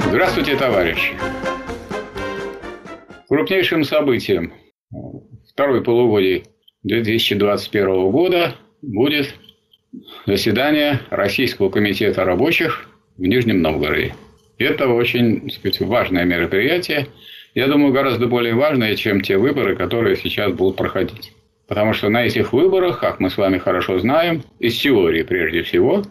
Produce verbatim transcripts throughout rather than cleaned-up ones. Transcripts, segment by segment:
Здравствуйте, товарищи! Крупнейшим событием второй полугодия две тысячи двадцать первого года будет заседание Российского комитета рабочих в Нижнем Новгороде. Это очень, так сказать, важное мероприятие. Я думаю, гораздо более важное, чем те выборы, которые сейчас будут проходить. Потому что на этих выборах, как мы с вами хорошо знаем, из теории прежде всего,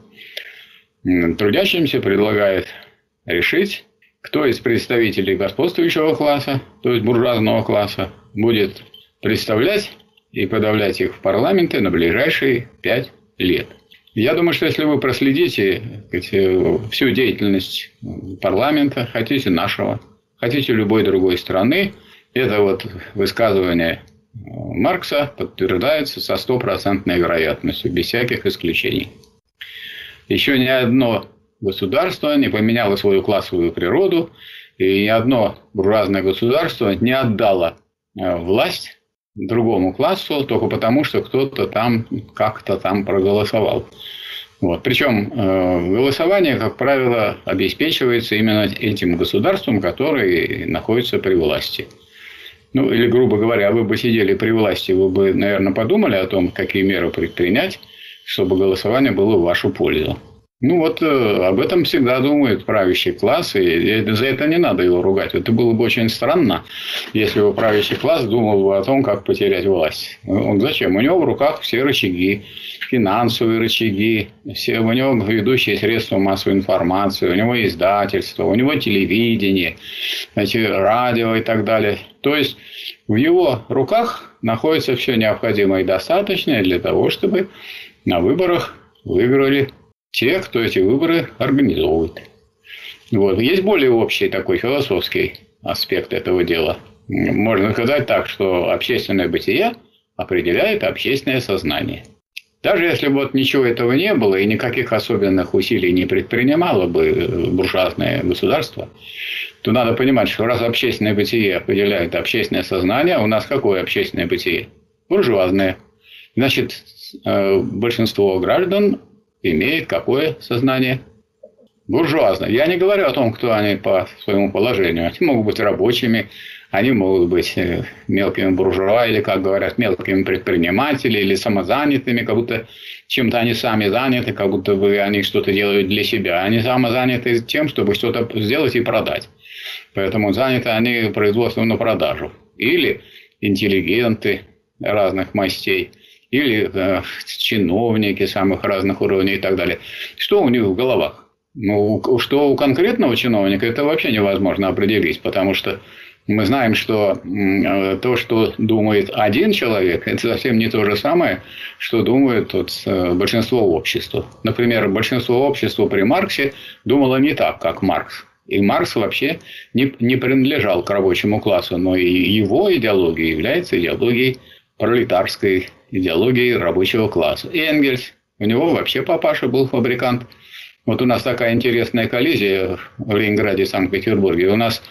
трудящимся предлагает решить, кто из представителей господствующего класса, то есть буржуазного класса, будет представлять и подавлять их в парламенте на ближайшие пять лет. Я думаю, что если вы проследите всю деятельность парламента, хотите нашего, хотите любой другой страны, это вот высказывание Маркса подтверждается со стопроцентной вероятностью, без всяких исключений. Еще ни одно государство не поменяло свою классовую природу, и ни одно буржуазное государство не отдало власть другому классу только потому, что кто-то там как-то там проголосовал. Вот. Причем э, голосование, как правило, обеспечивается именно этим государством, которое находится при власти. Ну, или, грубо говоря, вы бы сидели при власти, вы бы, наверное, подумали о том, какие меры предпринять, чтобы голосование было в вашу пользу. Ну, вот э, об этом всегда думает правящий класс, и за это не надо его ругать. Это было бы очень странно, если бы правящий класс думал бы о том, как потерять власть. Он зачем? У него в руках все рычаги, финансовые рычаги, все, у него ведущие средства массовой информации, у него издательство, у него телевидение, значит, радио и так далее. То есть, в его руках находится все необходимое и достаточное для того, чтобы на выборах выиграли те, кто эти выборы организовывает. Вот. Есть более общий такой философский аспект этого дела. Можно сказать так, что общественное бытие определяет общественное сознание. Даже если бы вот ничего этого не было и никаких особенных усилий не предпринимало бы буржуазное государство, то надо понимать, что раз общественное бытие определяет общественное сознание, у нас какое общественное бытие? Буржуазное. Значит, большинство граждан имеет какое сознание? Буржуазное. Я не говорю о том, кто они по своему положению. Они могут быть рабочими, они могут быть мелкими буржуа, или, как говорят, мелкими предпринимателями, или самозанятыми, как будто чем-то они сами заняты, как будто бы они что-то делают для себя. Они самозаняты тем, чтобы что-то сделать и продать. Поэтому заняты они производством на продажу. Или интеллигенты разных мастей. Или э, чиновники самых разных уровней и так далее. Что у них в головах? Ну, что у конкретного чиновника, это вообще невозможно определить, потому что мы знаем, что э, то, что думает один человек, это совсем не то же самое, что думает вот, э, большинство общества. Например, большинство общества при Марксе думало не так, как Маркс. И Маркс вообще не, не принадлежал к рабочему классу, но и его идеология является идеологией пролетарской, идеологией рабочего класса. И Энгельс, у него вообще папаша был фабрикант. Вот у нас такая интересная коллизия в Ленинграде и Санкт-Петербурге. У нас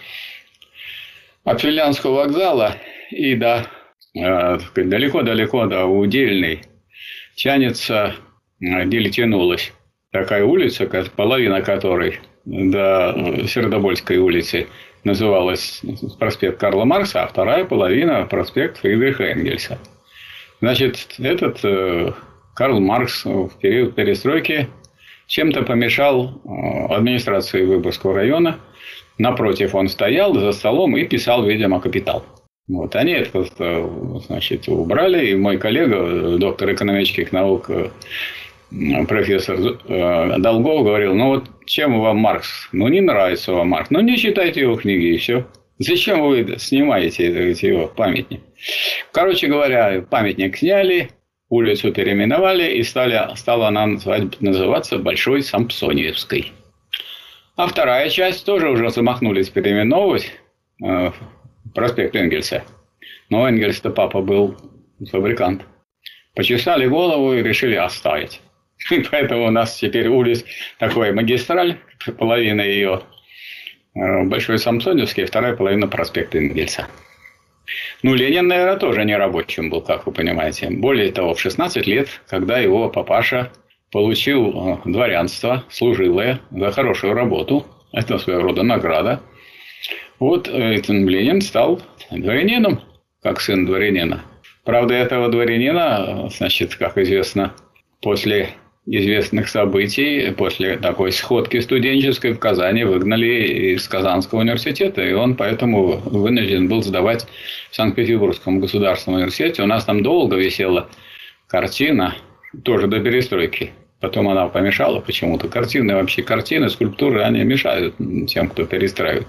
от Финляндского вокзала и до далеко-далеко до Удельной тянется, где тянулась такая улица, половина которой до Сердобольской улицы называлась проспект Карла Маркса, а вторая половина проспект Фридриха Энгельса. Значит, этот э, Карл Маркс в период перестройки чем-то помешал э, администрации Выборгского района. Напротив он стоял за столом и писал, видимо, «Капитал». Вот. Они это, значит, убрали. И мой коллега, доктор экономических наук, профессор Долгов, говорил: ну вот чем вам Маркс? Ну не нравится вам Маркс. Ну не читайте его книги, и все. Зачем вы снимаете его памятник? Короче говоря, памятник сняли, улицу переименовали, и стали, стала она называться Большой Сампсониевской. А вторая часть тоже уже замахнулись переименовывать э, проспект Энгельса. Но Энгельс-то папа был фабрикант. Почесали голову и решили оставить. И поэтому у нас теперь улиц такой магистраль, половина ее Большой Сампсониевский, вторая половина проспекта Энгельса. Ну, Ленин, наверное, тоже не рабочим был, как вы понимаете. Более того, в шестнадцать лет, когда его папаша получил дворянство, служилое, за хорошую работу, Это своего рода награда. Вот Ленин стал дворянином, как сын дворянина. Правда, этого дворянина, значит, как известно, после известных событий, после такой сходки студенческой в Казани выгнали из Казанского университета, и он поэтому вынужден был сдавать в Санкт-Петербургском государственном университете. У нас там долго висела картина, тоже до перестройки. Потом она помешала почему-то. Картины, вообще картины, скульптуры, они мешают тем, кто перестраивает.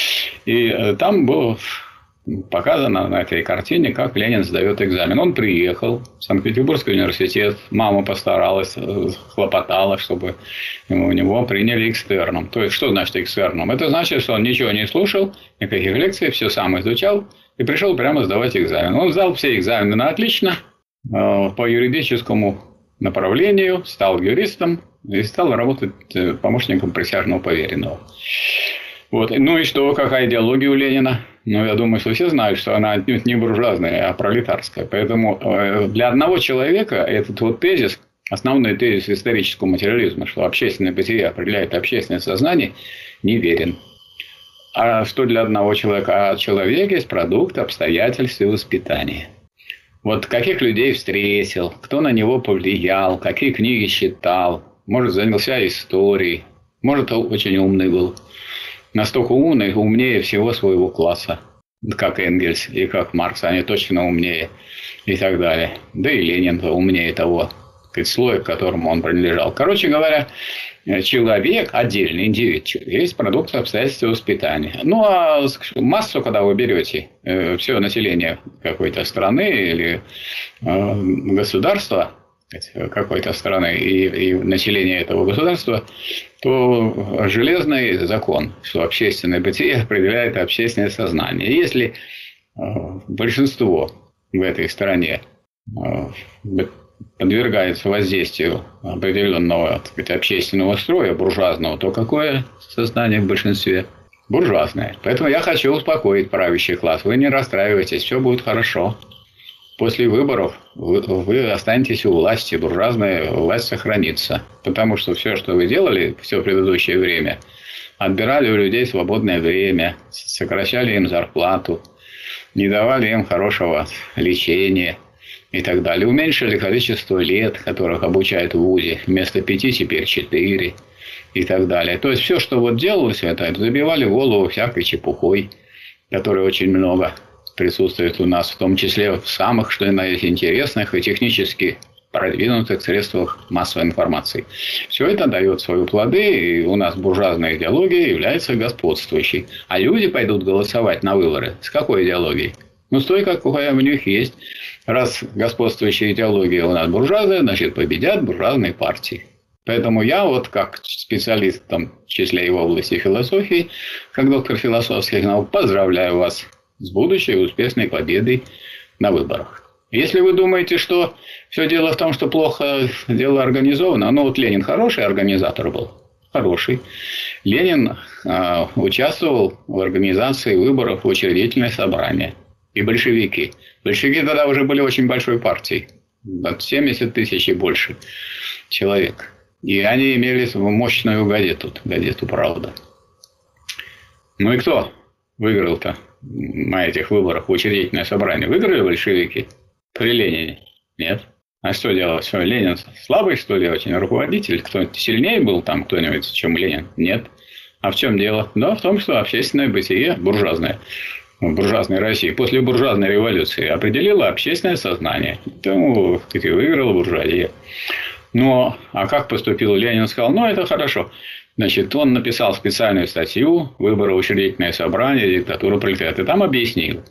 И там было показано на этой картине, как Ленин сдает экзамен. Он приехал в Санкт-Петербургский университет. Мама постаралась, хлопотала, чтобы у него приняли экстерном. То есть, что значит экстерном? Это значит, что он ничего не слушал, никаких лекций, все сам изучал и пришел прямо сдавать экзамен. Он сдал все экзамены на отлично по юридическому направлению, стал юристом и стал работать помощником присяжного поверенного. Вот. Ну и что, какая идеология у Ленина? Ну, я думаю, что все знают, что она отнюдь не буржуазная, а пролетарская. Поэтому для одного человека этот вот тезис, основной тезис исторического материализма, что общественное бытие определяет общественное сознание, неверен. А что для одного человека? А человек есть продукт обстоятельств и воспитания. Вот каких людей встретил, кто на него повлиял, какие книги читал, может, занялся историей, может, очень умный был. Настолько умный, умнее всего своего класса, как Энгельс и как Маркс, они точно умнее и так далее. Да и Ленин умнее того, сказать, слоя, к которому он принадлежал. Короче говоря, человек, отдельный индивид, есть продукт обстоятельств воспитания. Ну, а массу, когда вы берете все население какой-то страны или государства, какой-то страны и, и население этого государства, то железный закон, что общественное бытие определяет общественное сознание. И если большинство в этой стране подвергается воздействию определенного, так сказать, общественного строя, буржуазного, то какое сознание в большинстве? Буржуазное. Поэтому я хочу успокоить правящий класс. Вы не расстраивайтесь, все будет хорошо. После выборов вы, вы останетесь у власти, буржуазная власть сохранится. Потому что все, что вы делали все предыдущее время, отбирали у людей свободное время, сокращали им зарплату, не давали им хорошего лечения и так далее. Уменьшили количество лет, которых обучают в ВУЗе. Вместо пяти теперь четыре и так далее. То есть, все, что вот делалось, это забивали голову всякой чепухой, которой очень много присутствует у нас, в том числе в самых, что и на интересных и технически продвинутых средствах массовой информации. Все это дает свои плоды, и у нас буржуазная идеология является господствующей. А люди пойдут голосовать на выборы с какой идеологией? Ну, с той, какая у них есть. Раз господствующая идеология у нас буржуазная, значит, победят буржуазные партии. Поэтому я вот как специалист, там, в числе и в области философии, как доктор философских наук, поздравляю вас с будущей успешной победой на выборах. Если вы думаете, что все дело в том, что плохо дело организовано, ну вот Ленин хороший организатор был, хороший. Ленин э, участвовал в организации выборов в учредительное собрание. И большевики. Большевики тогда уже были очень большой партией. семьдесят тысяч и больше человек. И они имели мощную газету, газету «Правда». Ну и кто выиграл-то на этих выборах в учредительное собрание? Выиграли большевики при Ленине? Нет. А что делать? Что, Ленин слабый, что ли, очень руководитель? Кто-нибудь сильнее был там кто-нибудь, чем Ленин? Нет. А в чем дело? Да, в том, что общественное бытие буржуазное, буржуазной России после буржуазной революции определило общественное сознание. Поэтому выиграла буржуазия. Но, а как поступил Ленин? Сказал, ну, это хорошо. Значит, он написал специальную статью «Выборы, учредительное собрание, диктатура пролетариата». И там объяснил,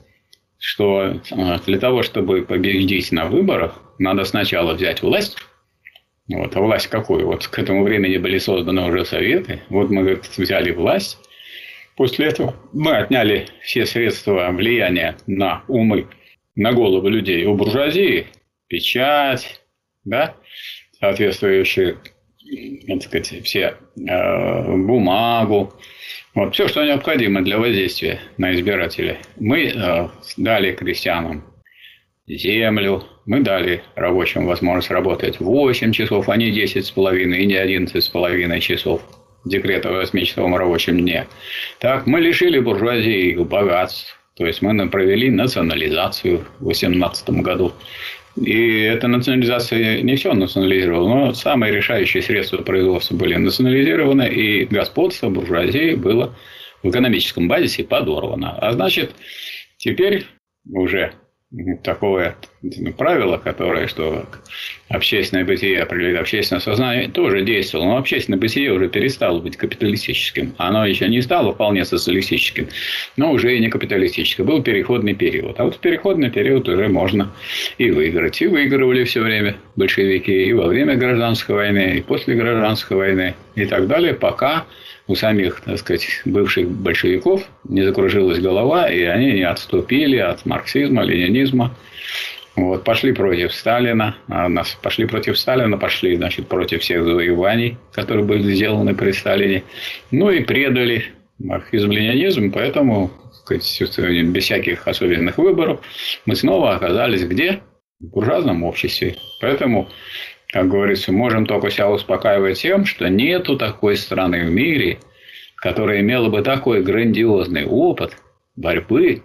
что для того, чтобы победить на выборах, надо сначала взять власть. Вот, а власть какую? Вот к этому времени были созданы уже советы. Вот мы говорит, взяли власть. После этого мы отняли все средства влияния на умы, на головы людей у буржуазии, печать, да, соответствующие, так сказать, все э, бумагу, вот, все, что необходимо для воздействия на избирателей. Мы э, дали крестьянам землю, мы дали рабочим возможность работать восемь часов, а не десять с половиной и не одиннадцать с половиной часов. декрета о восьмичасовом рабочем дне. Так, мы лишили буржуазии их богатств. То есть, мы провели национализацию в две тысячи восемнадцатом году. И эта национализация не все национализировала, но самые решающие средства производства были национализированы, и господство буржуазии было в экономическом базисе подорвано. А значит, теперь уже такое правило, которое, что общественное бытие определяет общественное сознание, тоже действовало. Но общественное бытие уже перестало быть капиталистическим. Оно еще не стало вполне социалистическим, но уже и не капиталистическим. Был переходный период. А вот в переходный период уже можно и выиграть. И выигрывали все время большевики. И во время гражданской войны, и после гражданской войны, и так далее, пока у самих, так сказать, бывших большевиков не закружилась голова, и они не отступили от марксизма, ленинизма. Вот, пошли против Сталина. А нас пошли против Сталина, пошли, значит, против всех завоеваний, которые были сделаны при Сталине. Ну и предали марксизм, ленинизм. Поэтому, так сказать, без всяких особенных выборов мы снова оказались где? В буржуазном обществе. Поэтому, как говорится, можем только себя успокаивать тем, что нету такой страны в мире, которая имела бы такой грандиозный опыт борьбы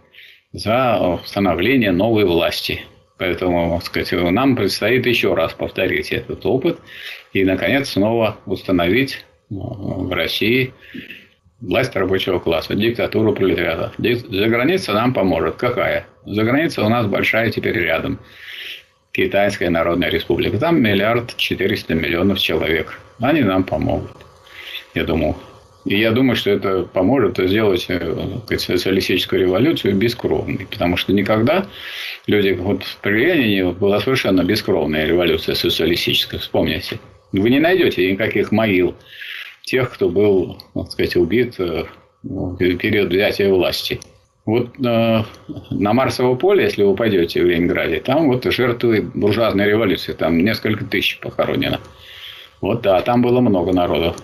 за становление новой власти. Поэтому, так сказать, нам предстоит еще раз повторить этот опыт и, наконец, снова установить в России власть рабочего класса, диктатуру пролетариата. За границей нам поможет. Какая? За границей у нас большая теперь рядом. Китайская Народная Республика. Там миллиард четыреста миллионов человек. Они нам помогут, я думаю. И я думаю, что это поможет сделать, так сказать, социалистическую революцию бескровной. Потому что никогда люди... Вот при Ленине была совершенно бескровная революция социалистическая. Вспомните. Вы не найдете никаких могил тех, кто был, так сказать, убит в период взятия власти. Вот э, на Марсово поле, если вы пойдете в Ленинграде, там вот жертвы буржуазной революции, там несколько тысяч похоронено. Вот да, там было много народу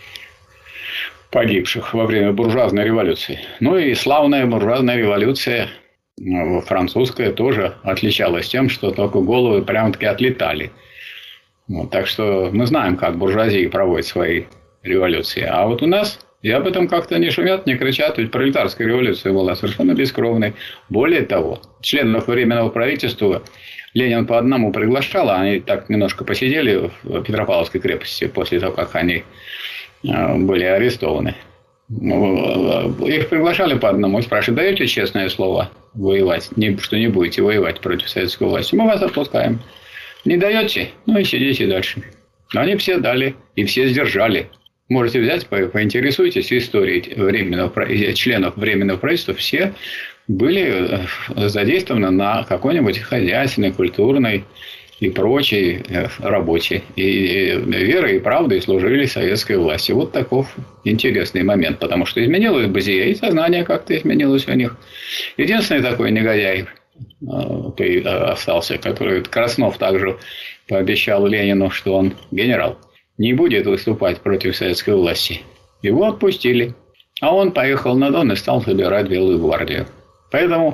погибших во время буржуазной революции. Ну и славная буржуазная революция ну, французская тоже отличалась тем, что только головы прям-таки отлетали. Вот, так что мы знаем, как буржуазия проводит свои революции. А вот у нас... И об этом как-то не шумят, не кричат, ведь пролетарская революция была совершенно бескровной. Более того, членов Временного правительства Ленин по одному приглашал, а они так немножко посидели в Петропавловской крепости после того, как они были арестованы. Их приглашали по одному и спрашивали, даете честное слово воевать, что не будете воевать против советской власти? Мы вас отпускаем. Не даете? Ну и сидите дальше. Но они все дали и все сдержали. Можете взять, поинтересуйтесь историей временного, членов Временного правительства. Все были задействованы на какой-нибудь хозяйственной, культурной и прочей работе. И верой и правдой служили советской власти. Вот таков интересный момент. Потому что изменилось бытие, и сознание как-то изменилось у них. Единственный такой негодяй остался, который Краснов также пообещал Ленину, что он генерал. Не будет выступать против советской власти. Его отпустили. А он поехал на Дон и стал собирать Белую гвардию. Поэтому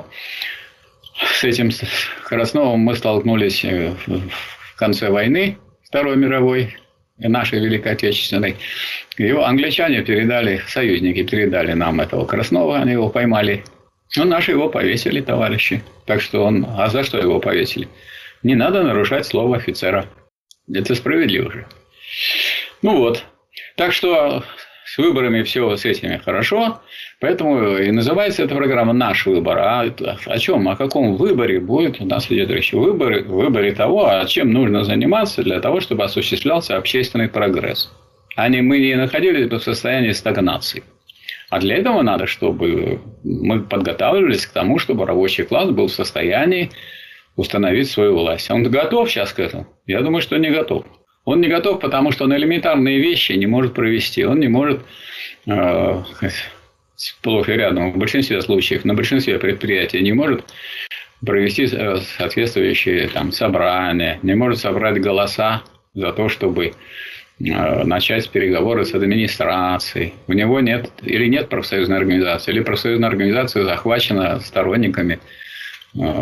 с этим Красновым мы столкнулись в конце войны Второй мировой, нашей Великой Отечественной. Его англичане передали, союзники передали нам этого Краснова, они его поймали. Но наши его повесили, товарищи. Так что он... А за что его повесили? Не надо нарушать слово офицера. Это справедливо же. Ну вот. Так что с выборами все с этими хорошо. Поэтому и называется эта программа «Наш выбор». А о чем? О каком выборе будет у нас идет речь? Выборы, выборе того, а чем нужно заниматься для того, чтобы осуществлялся общественный прогресс. А не мы не находились бы в состоянии стагнации. А для этого надо, чтобы мы подготавливались к тому, чтобы рабочий класс был в состоянии установить свою власть. Он готов сейчас к этому? Я думаю, что не готов. Он не готов, потому что он элементарные вещи не может провести. Он не может, э, сплошь и рядом, в большинстве случаев, на большинстве предприятий не может провести соответствующие там, собрания, не может собрать голоса за то, чтобы э, начать переговоры с администрацией. У него нет или нет профсоюзной организации, или профсоюзная организация захвачена сторонниками э,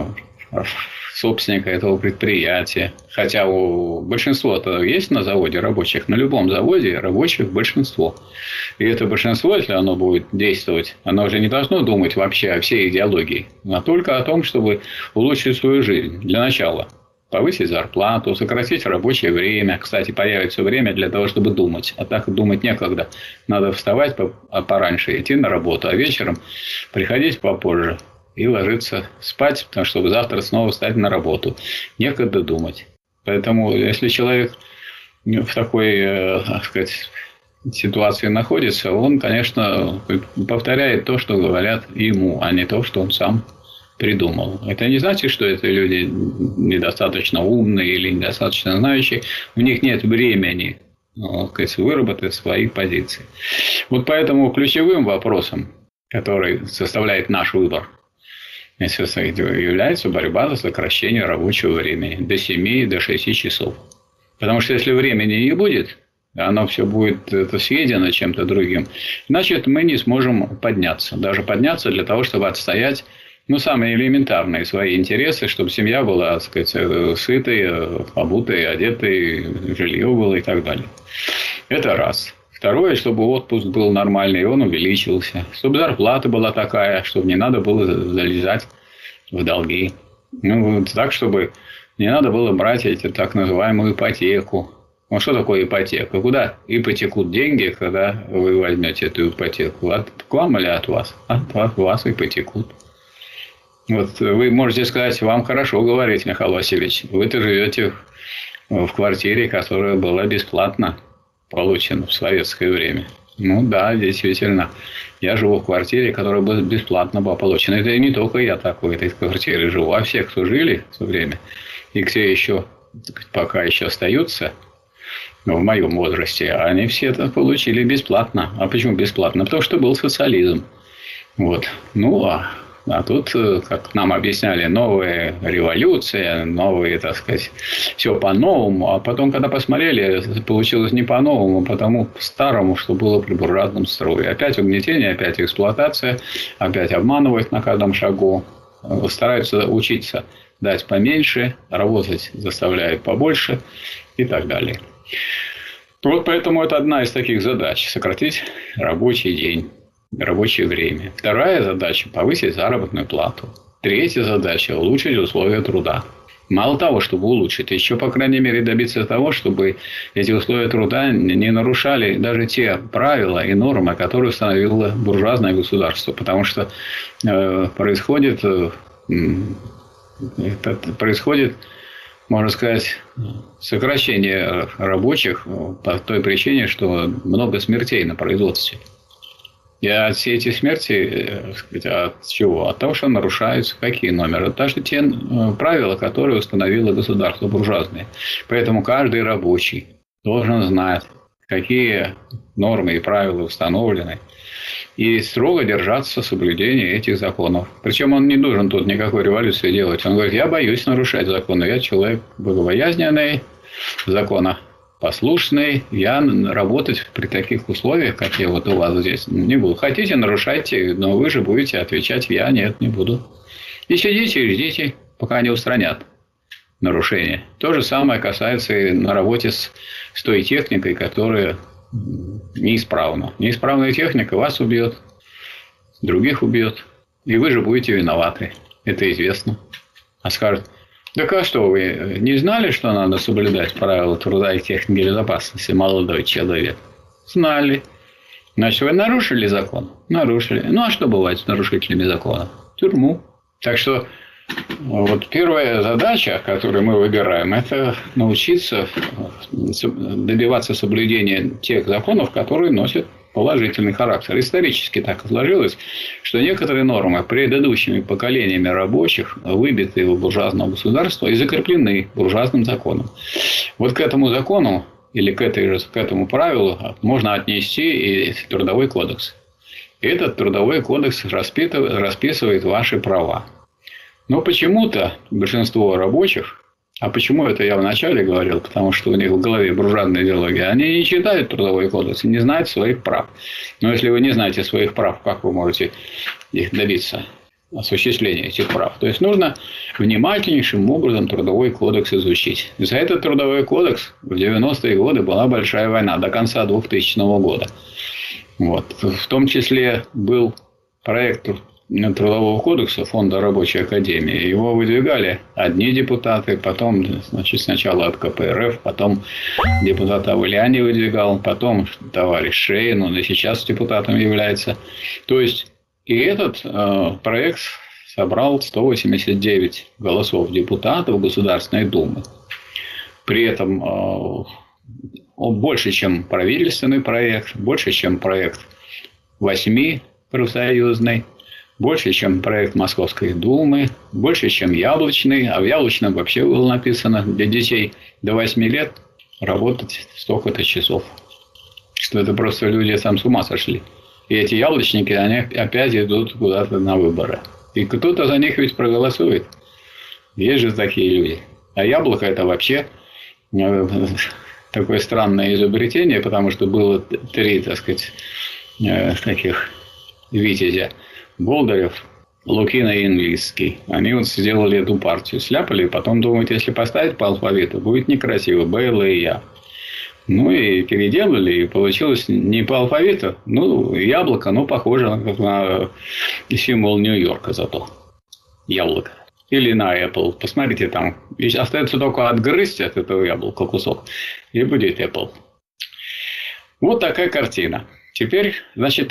собственника этого предприятия. Хотя у большинства-то есть на заводе рабочих. На любом заводе рабочих большинство. И это большинство, если оно будет действовать, оно уже не должно думать вообще о всей идеологии, а только о том, чтобы улучшить свою жизнь. Для начала повысить зарплату, сократить рабочее время. Кстати, появится время для того, чтобы думать. А так думать некогда. Надо вставать пораньше, идти на работу, а вечером приходить попозже и ложиться спать, потому что чтобы завтра снова встать на работу. Некогда думать. Поэтому, если человек в такой, так сказать, ситуации находится, он, конечно, повторяет то, что говорят ему, а не то, что он сам придумал. Это не значит, что это люди недостаточно умные или недостаточно знающие. У них нет времени, так сказать, выработать свои позиции. Вот поэтому ключевым вопросом, который составляет наш выбор, является борьба за сокращение рабочего времени до семи, до шести часов. Потому что если времени не будет, оно все будет это съедено чем-то другим, значит, мы не сможем подняться. Даже подняться для того, чтобы отстоять ну, самые элементарные свои интересы, чтобы семья была, так сказать, сытой, обутой, одетой, жилье было и так далее. Это раз. Второе, чтобы отпуск был нормальный, и он увеличился. Чтобы зарплата была такая, чтобы не надо было залезать в долги. Ну, вот так, чтобы не надо было брать эти так называемую ипотеку. Ну, что такое ипотека? Куда и потекут деньги, когда вы возьмете эту ипотеку? От, к вам или от вас? От вас и потекут. Вот вы можете сказать, вам хорошо говорить, Михаил Васильевич. Вы-то живете в квартире, которая была бесплатно получена в советское время. Ну да, действительно. Я живу в квартире, которая была бесплатно была получена. Это не только я такой в этой квартире живу, а все, кто жили в то время, и все еще, пока еще остаются в моем возрасте, они все это получили бесплатно. А почему бесплатно? Потому что был социализм. Вот. Ну, а А тут, как нам объясняли, новая революция, новые, так сказать, все по-новому. А потом, когда посмотрели, получилось не по-новому, а потому по-старому, что было при буржуазном строе. Опять угнетение, опять эксплуатация, опять обманывают на каждом шагу. Стараются учиться дать поменьше, работать заставляют побольше и так далее. Вот поэтому это одна из таких задач – сократить рабочий день. Рабочее время. Вторая задача – повысить заработную плату. Третья задача – улучшить условия труда. Мало того, чтобы улучшить, еще, по крайней мере, добиться того, чтобы эти условия труда не нарушали даже те правила и нормы, которые установило буржуазное государство. Потому что э, происходит, э, это, происходит, можно сказать, сокращение рабочих по той причине, что много смертей на производстве. И от все эти смерти, от чего? От того, что нарушаются какие номеры? Даже те правила, которые установило государство буржуазное. Поэтому каждый рабочий должен знать, какие нормы и правила установлены. И строго держаться соблюдения этих законов. Причем он не должен тут никакой революции делать. Он говорит, я боюсь нарушать законы. Я человек богобоязненный, закона послушный, я работать при таких условиях, какие вот у вас здесь, не буду. Хотите, нарушайте, но вы же будете отвечать, я нет, не буду. И сидите и ждите, пока не устранят нарушения. То же самое касается и на работе с, с той техникой, которая неисправна. Неисправная техника вас убьет, других убьет, и вы же будете виноваты. Это известно. А скажут, так а что, вы не знали, что надо соблюдать правила труда и техники безопасности, молодой человек? Знали. Значит, вы нарушили закон? Нарушили. Ну, а что бывает с нарушителями закона? Тюрьму. Так что, вот первая задача, которую мы выбираем, это научиться добиваться соблюдения тех законов, которые носят положительный характер. Исторически так сложилось, что некоторые нормы предыдущими поколениями рабочих выбиты у буржуазного государства и закреплены буржуазным законом. Вот к этому закону или к, этой же, к этому правилу можно отнести и трудовой кодекс. И этот трудовой кодекс расписывает ваши права. Но почему-то большинство рабочих, а почему это я вначале говорил, потому что у них в голове буржуазная идеология, они не читают трудовой кодекс, не знают своих прав. Но если вы не знаете своих прав, как вы можете их добиться? осуществления этих прав. То есть нужно внимательнейшим образом трудовой кодекс изучить. За этот трудовой кодекс в девяностые годы была большая война до конца двухтысячного года. Вот. В том числе был проект Трудового кодекса Фонда Рабочей Академии. Его выдвигали одни депутаты, потом, значит, сначала от ка пэ эр эф, потом депутат Авеляни выдвигал, потом товарищ Шейн, он и сейчас депутатом является. То есть, и этот э, проект собрал сто восемьдесят девять голосов депутатов Государственной Думы. При этом э, он больше, чем правительственный проект, больше, чем проект восьми профсоюзный, больше, чем проект Московской Думы, больше, чем Яблочный. А в Яблочном вообще было написано для детей до восьми лет работать столько-то часов. Что это просто люди там с ума сошли. И эти яблочники, они опять идут куда-то на выборы. И кто-то за них ведь проголосует. Есть же такие люди. А яблоко это вообще такое странное изобретение, потому что было три, так сказать, таких витязя. Болдырев, Лукин и Инглийский. Они вот сделали эту партию, сляпали, и потом думают, если поставить по алфавиту, будет некрасиво. Б, Л и Я. Ну и переделали, и получилось не по алфавиту. Ну, яблоко, ну, похоже на символ Нью-Йорка зато. Яблоко. Или на Apple. Посмотрите там. И остается только отгрызть от этого яблока кусок. И будет Apple. Вот такая картина. Теперь, значит,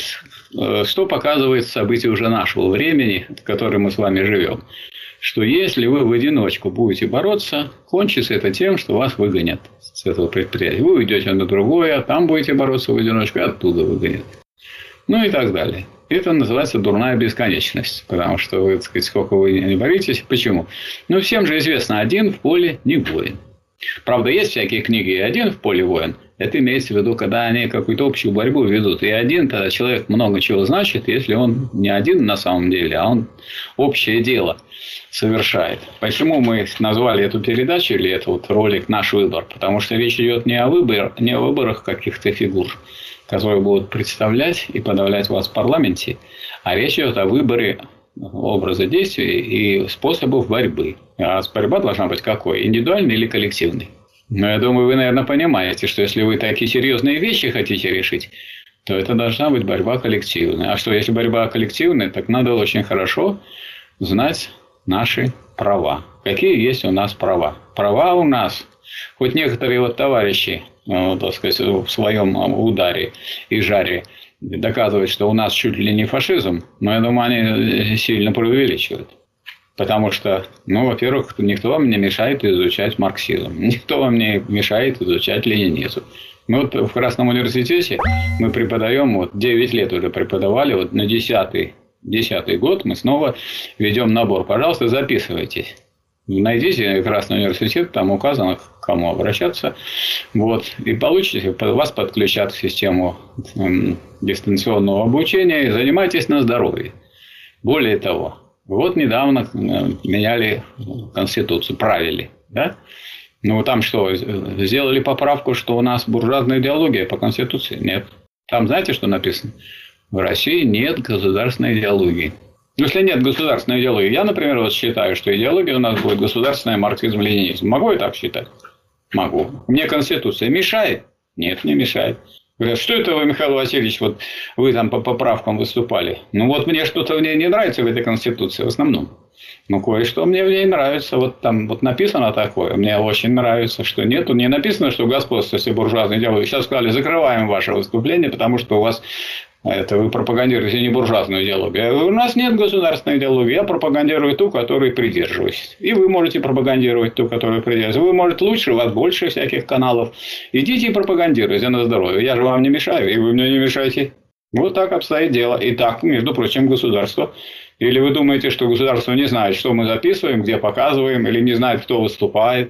что показывает события уже нашего времени, в котором мы с вами живем? Что если вы в одиночку будете бороться, кончится это тем, что вас выгонят с этого предприятия. Вы уйдете на другое, а там будете бороться в одиночку, и оттуда выгонят. Ну и так далее. Это называется дурная бесконечность. Потому что вы, так сказать, сколько вы не боитесь. Почему? Ну, всем же известно, один в поле не воин. Правда, есть всякие книги «И один в поле воин». Это имеется в виду, когда они какую-то общую борьбу ведут. И один, тогда человек много чего значит, если он не один на самом деле, а он общее дело совершает. Почему мы назвали эту передачу или этот вот ролик «Наш выбор»? Потому что речь идет не о, выбор, не о выборах каких-то фигур, которые будут представлять и подавлять вас в парламенте, а речь идет о выборе образа действия и способов борьбы. А борьба должна быть какой? Индивидуальной или коллективной? Но я думаю, вы, наверное, понимаете, что если вы такие серьезные вещи хотите решить, то это должна быть борьба коллективная. А что, если борьба коллективная, так надо очень хорошо знать наши права. Какие есть у нас права? Права у нас, хоть некоторые вот товарищи, ну, так сказать, в своем ударе и жаре доказывают, что у нас чуть ли не фашизм, но я думаю, они сильно преувеличивают. Потому что, ну, во-первых, никто вам не мешает изучать марксизм. Никто вам не мешает изучать ленинизм. Мы вот в Красном университете мы преподаем, вот девять лет уже преподавали, вот на десятый, десятый год мы снова ведем набор. Пожалуйста, записывайтесь. Найдите Красный университет, там указано, к кому обращаться. Вот, и получите, вас подключат к систему дистанционного обучения и занимайтесь на здоровье. Более того, вот недавно меняли Конституцию, правили, да? Ну, там что, сделали поправку, что у нас буржуазная идеология по Конституции? Нет. Там знаете, что написано? В России нет государственной идеологии. Ну, если нет государственной идеологии, я, например, вот считаю, что идеология у нас будет государственная марксизм-ленинизм. Могу я так считать? Могу. Мне Конституция мешает? Нет, не мешает. Говорят, что это вы, Михаил Васильевич, вот вы там по поправкам выступали? Ну, вот мне что-то в ней не нравится в этой Конституции в основном. Ну, кое-что мне в ней нравится. Вот там вот написано такое. Мне очень нравится, что нет. Тут не написано, что господство буржуазной идеологии. Сейчас сказали, закрываем ваше выступление, потому что у вас это вы пропагандируете не буржуазную идеологию. У нас нет государственной идеологии. Я пропагандирую ту, которой придерживаюсь. И вы можете пропагандировать ту, которую придерживаетесь. Вы, может, лучше, у вас больше всяких каналов. Идите и пропагандируйте на здоровье. Я же вам не мешаю, и вы мне не мешаете. Вот так обстоит дело. И так, между прочим, государство. Или вы думаете, что государство не знает, что мы записываем, где показываем, или не знает, кто выступает?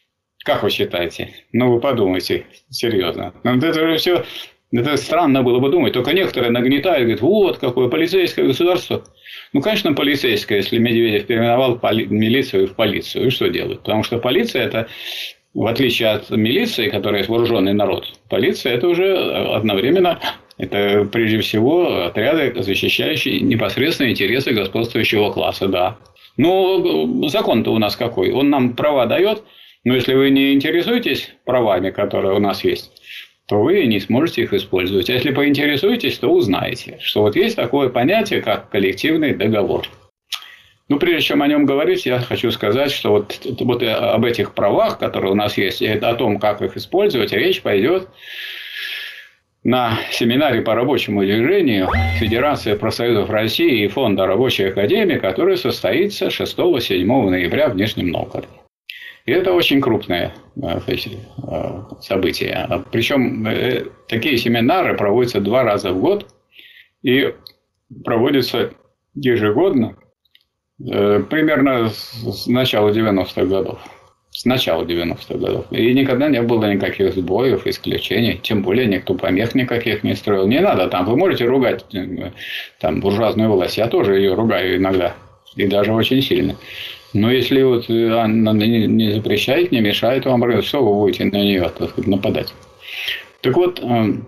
Как вы считаете? Ну, вы подумайте серьезно. Это же все... Это странно было бы думать. Только некоторые нагнетают, говорят, вот какое полицейское государство. Ну, конечно, полицейское, если Медведев переименовал поли... милицию в полицию. И что делать? Потому что полиция – это, в отличие от милиции, которая есть вооруженный народ, полиция – это уже одновременно Это прежде всего отряды, защищающие непосредственно интересы господствующего класса, да. Но закон-то у нас какой? Он нам права дает, но если вы не интересуетесь правами, которые у нас есть, то вы не сможете их использовать. А если поинтересуетесь, то узнаете, что вот есть такое понятие, как коллективный договор. Ну, прежде чем о нем говорить, я хочу сказать, что вот, вот об этих правах, которые у нас есть, и о том, как их использовать, речь пойдет на семинаре по рабочему движению Федерации профсоюзов России и Фонда Рабочей Академии, который состоится шестого-седьмого ноября в Нижнем Новгороде. И это очень крупное событие. Причем такие семинары проводятся два раза в год и проводятся ежегодно, примерно с начала девяностых годов. С начала девяностых годов. И никогда не было никаких сбоев, исключений. Тем более, никто помех никаких не строил. Не надо там. Вы можете ругать там, буржуазную власть. Я тоже ее ругаю иногда. И даже очень сильно. Но если вот она не запрещает, не мешает вам, что вы будете на нее, так сказать, нападать? Так вот,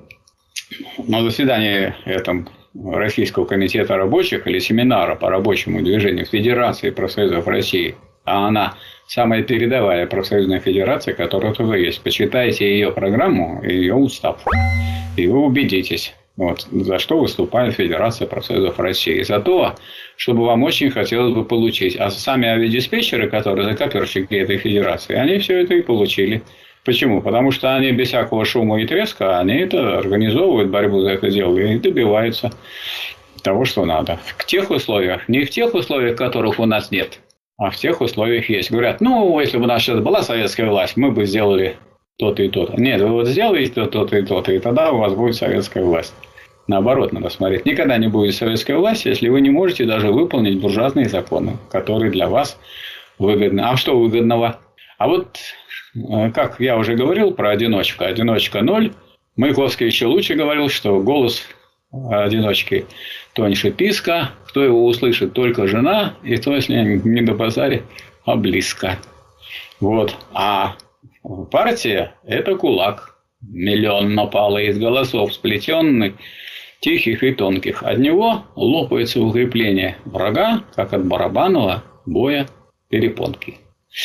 на заседании этом Российского комитета рабочих или семинара по рабочему движению Федерации профсоюзов России, а она самая передовая профсоюзная федерация, которая тут есть. Почитайте ее программу и ее устав. И вы убедитесь, вот, за что выступает Федерация профсоюзов России. За то, чтобы вам очень хотелось бы получить. А сами авиадиспетчеры, которые закаперщики этой федерации, они все это и получили. Почему? Потому что они без всякого шума и треска, они это организовывают, борьбу за это дело, и добиваются того, что надо. В тех условиях, не в тех условиях, которых у нас нет, а в тех условиях есть. Говорят, ну, если бы у нас сейчас была советская власть, мы бы сделали то-то и то-то. Нет, вы вот сделаете то-то и то-то, и тогда у вас будет советская власть. Наоборот, надо смотреть. Никогда не будет советской власти, если вы не можете даже выполнить буржуазные законы, которые для вас выгодны. А что выгодного? А вот, как я уже говорил про одиночку. Одиночка ноль. Маяковский еще лучше говорил, что голос одиночки тоньше писка. Кто его услышит? Только жена. И то, если не до базаре, а близко. Вот. А партия – это кулак. Миллион напало из голосов, сплетенных, тихих и тонких. От него лопается укрепление врага, как от барабанного боя перепонки.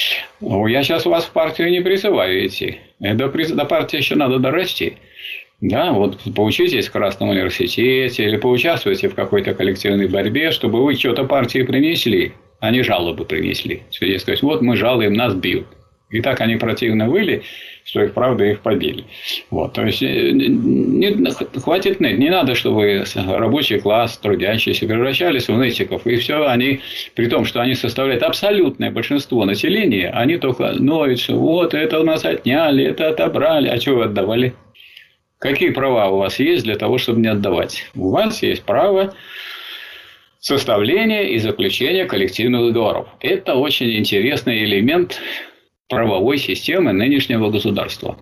Я сейчас вас в партию не призываю идти. До, до партии еще надо дорасти. Да, вот поучитесь в Красном университете или поучаствуйте в какой-то коллективной борьбе, чтобы вы что-то партии принесли, а не жалобы принесли. Свидетель сказать, вот мы жалуем, нас бьют. И так они противно выли, что их правда их побили. Вот, то есть не, хватит ныть. Не надо, чтобы рабочий класс, трудящиеся превращались в нытиков. И все они, при том, что они составляют абсолютное большинство населения, они только ноют, что вот это у нас отняли, это отобрали. А что вы отдавали? Какие права у вас есть для того, чтобы не отдавать? У вас есть право составления и заключения коллективных договоров. Это очень интересный элемент правовой системы нынешнего государства.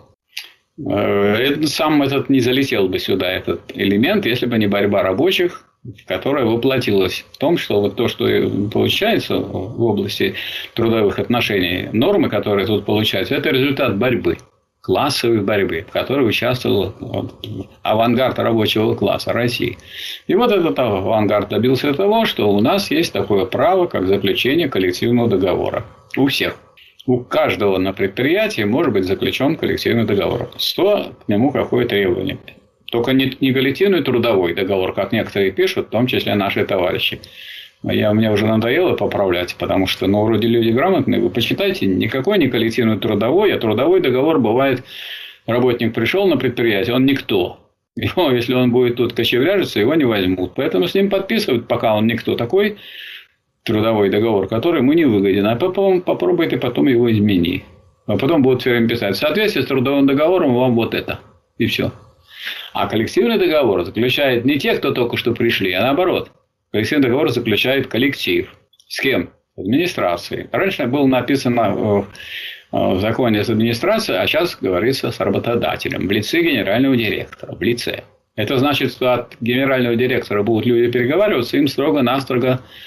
Сам этот не залетел бы сюда, этот элемент, если бы не борьба рабочих, которая воплотилась в том, что вот то, что получается в области трудовых отношений, нормы, которые тут получаются, это результат борьбы, классовой борьбы, в которой участвовал авангард рабочего класса России. И вот этот авангард добился того, что у нас есть такое право, как заключение коллективного договора. У всех. У каждого на предприятии может быть заключен коллективный договор. Что к нему какое требование? Только не, не коллективный трудовой договор, как некоторые пишут, в том числе наши товарищи. Я, мне уже надоело поправлять, потому что, ну, вроде люди грамотные. Вы почитайте, никакой не коллективный трудовой, а трудовой договор бывает, работник пришел на предприятие, он никто. Его, если он будет тут кочевряжиться, его не возьмут. Поэтому с ним подписывают, пока он никто такой, трудовой договор, который ему не выгоден. А потом попробуй ты потом его измени. А потом будут все время писать. В соответствии с трудовым договором вам вот это. И все. А коллективный договор заключает не те, кто только что пришли, а наоборот. Коллективный договор заключает коллектив. С кем? С администрацией. Раньше было написано в, в законе с администрацией, а сейчас говорится с работодателем. В лице генерального директора. В лице. Это значит, что от генерального директора будут люди переговариваться, им строго-настрого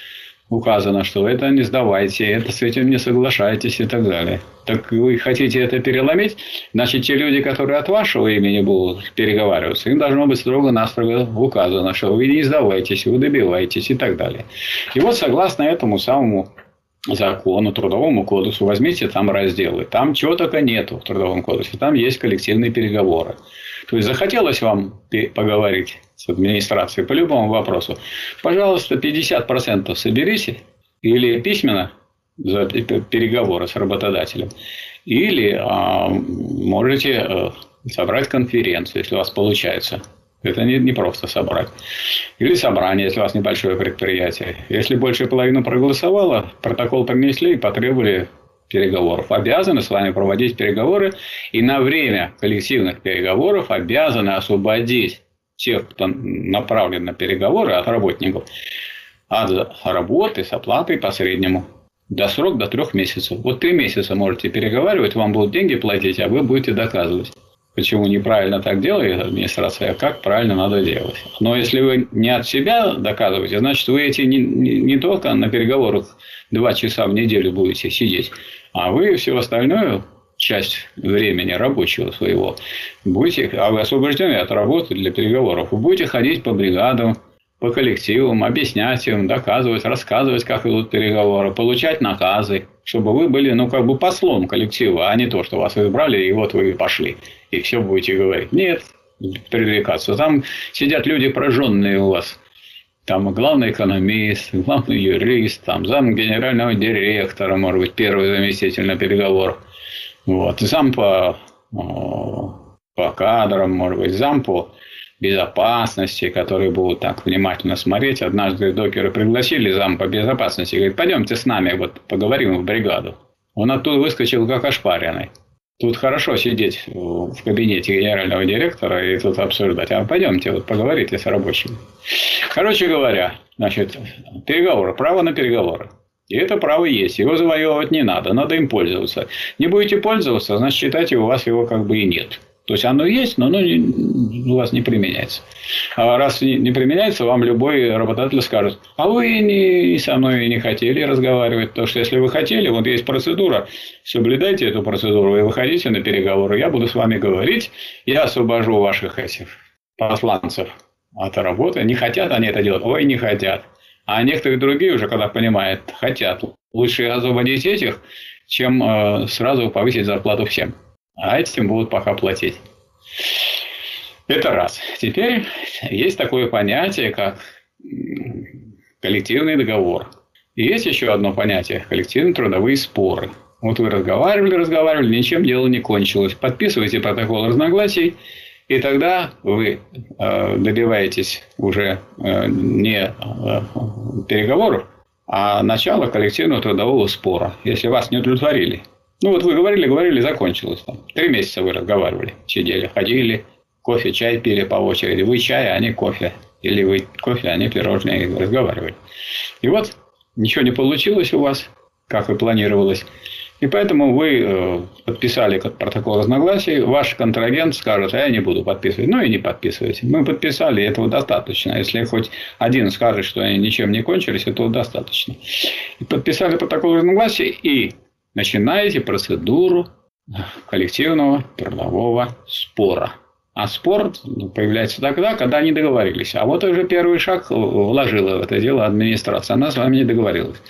указано, что это не сдавайте, это с этим не соглашайтесь и так далее. Так вы хотите это переломить? Значит, те люди, которые от вашего имени будут переговариваться, им должно быть строго-настрого указано, что вы не сдавайтесь, вы добиваетесь и так далее. И вот согласно этому самому закону, трудовому кодексу, возьмите там разделы. Там чего только нету в трудовом кодексе. Там есть коллективные переговоры. То есть, захотелось вам поговорить с администрацией по любому вопросу, пожалуйста, пятьдесят процентов соберите или письменно за переговоры с работодателем, или а, можете а, собрать конференцию, если у вас получается. Это не, не просто собрать. Или собрание, если у вас небольшое предприятие. Если больше половины проголосовало, протокол принесли и потребовали переговоров. Обязаны с вами проводить переговоры. И на время коллективных переговоров обязаны освободить тех, кто направлен на переговоры, от работников, от работы с оплатой по среднему. До срок до трех месяцев. Вот три месяца можете переговаривать, вам будут деньги платить, а вы будете доказывать, почему неправильно так делает администрация, а как правильно надо делать. Но если вы не от себя доказываете, значит, вы эти не, не, не только на переговорах два часа в неделю будете сидеть, а вы всю остальную часть времени рабочего своего будете, а вы освобождены от работы для переговоров, вы будете ходить по бригадам, по коллективам, объяснять им, доказывать, рассказывать, как идут переговоры, получать наказы, чтобы вы были, ну, как бы послом коллектива, а не то, что вас избрали, и вот вы пошли, и все будете говорить. Нет, привлекаться. Там сидят люди прожженные у вас. Там главный экономист, главный юрист, там зам генерального директора, может быть, первый заместитель на переговорах. Вот. Зам по, по кадрам, может быть, зам по безопасности, которые будут так внимательно смотреть. Однажды докеры пригласили зам по безопасности. Говорит, пойдемте с нами, вот поговорим в бригаду. Он оттуда выскочил как ошпаренный. Тут хорошо сидеть в кабинете генерального директора и тут обсуждать. А пойдемте, вот поговорите с рабочими. Короче говоря, значит, переговоры, право на переговоры. И это право есть. Его завоевывать не надо, надо им пользоваться. Не будете пользоваться, значит, считайте, у вас его как бы и нет. То есть оно есть, но оно у вас не применяется. А раз не применяется, вам любой работодатель скажет, а вы не, со мной не хотели разговаривать. Потому что если вы хотели, вот есть процедура, соблюдайте эту процедуру и выходите на переговоры. Я буду с вами говорить, я освобожу ваших этих посланцев от работы. Не хотят они это делать? Ой, не хотят. А некоторые другие уже, когда понимают, хотят. Лучше освободить этих, чем э, сразу повысить зарплату всем. А этим будут пока платить. Это раз. Теперь есть такое понятие, как коллективный договор. И есть еще одно понятие – коллективные трудовые споры. Вот вы разговаривали, разговаривали, ничем дело не кончилось. Подписываете протокол разногласий, и тогда вы э, добиваетесь уже э, не э, переговоров, а начала коллективного трудового спора, если вас не удовлетворили. Ну, вот вы говорили, говорили, закончилось. Там. Три месяца вы разговаривали, сидели, ходили, кофе, чай пили по очереди. Вы чай, а они кофе. Или вы кофе, а они пирожные, разговаривали. И вот ничего не получилось у вас, как и планировалось. И поэтому вы э, подписали протокол разногласий. Ваш контрагент скажет, а я не буду подписывать. Ну, и не подписывайте. Мы подписали, этого достаточно. Если хоть один скажет, что они ничем не кончились, этого достаточно. И подписали протокол разногласий и начинаете процедуру коллективного трудового спора. А спор появляется тогда, когда они договорились. А вот уже первый шаг вложила в это дело администрация. Она с вами не договорилась.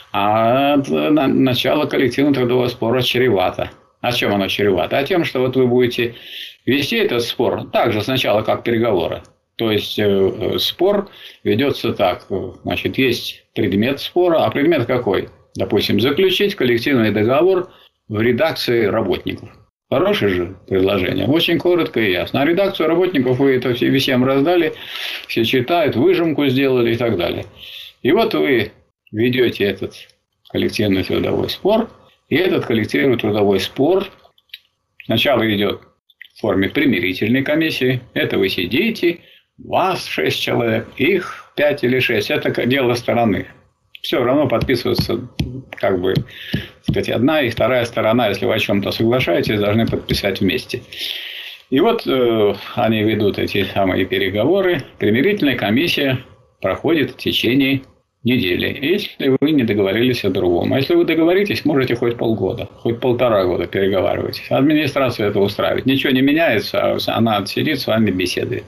А начало коллективного трудового спора чревато. А чем оно чревато? А тем, что вот вы будете вести этот спор так же сначала, как переговоры. То есть спор ведется так. Значит, есть предмет спора. А предмет какой? Допустим, заключить коллективный договор в редакции работников. Хорошее же предложение. Очень коротко и ясно. А редакцию работников вы это всем раздали, все читают, выжимку сделали и так далее. И вот вы ведете этот коллективный трудовой спор. И этот коллективный трудовой спор сначала идет в форме примирительной комиссии. Это вы сидите, вас шесть человек, их пять или шесть. Это дело стороны. Все равно подписываться, как бы, сказать, одна и вторая сторона, если вы о чем-то соглашаетесь, должны подписать вместе. И вот э, они ведут эти самые переговоры. Примирительная комиссия проходит в течение недели, если вы не договорились о другом. А если вы договоритесь, можете хоть полгода, хоть полтора года переговаривать. Администрация это устраивает. Ничего не меняется, она сидит с вами беседует.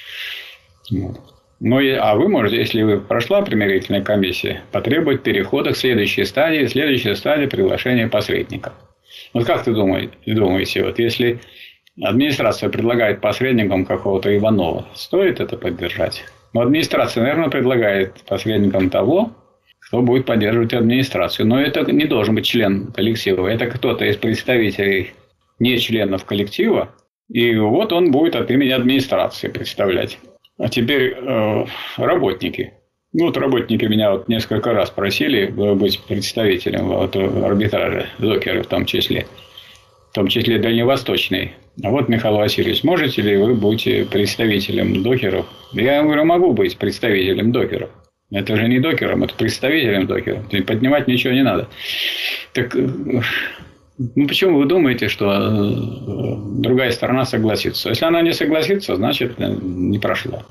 Вот. Ну, а вы можете, если вы прошла примирительная комиссия, потребовать перехода к следующей стадии. Следующая стадия – приглашения посредника. Вот как ты думаете, думаете, вот если администрация предлагает посредникам какого-то Иванова, стоит это поддержать? Но администрация, наверное, предлагает посредникам того, кто будет поддерживать администрацию. Но это не должен быть член коллектива. Это кто-то из представителей не членов коллектива. И вот он будет от имени администрации представлять. А теперь э, работники. Ну, вот работники меня вот несколько раз просили быть представителем вот, арбитража, докеры в том числе. В том числе дальневосточный. А вот, Михаил Васильевич, можете ли вы быть представителем докеров? Я говорю, могу быть представителем докеров. Это же не докером, это представителем докеров. Поднимать ничего не надо. Так, ну, почему вы думаете, что другая сторона согласится? Если она не согласится, значит, не прошло.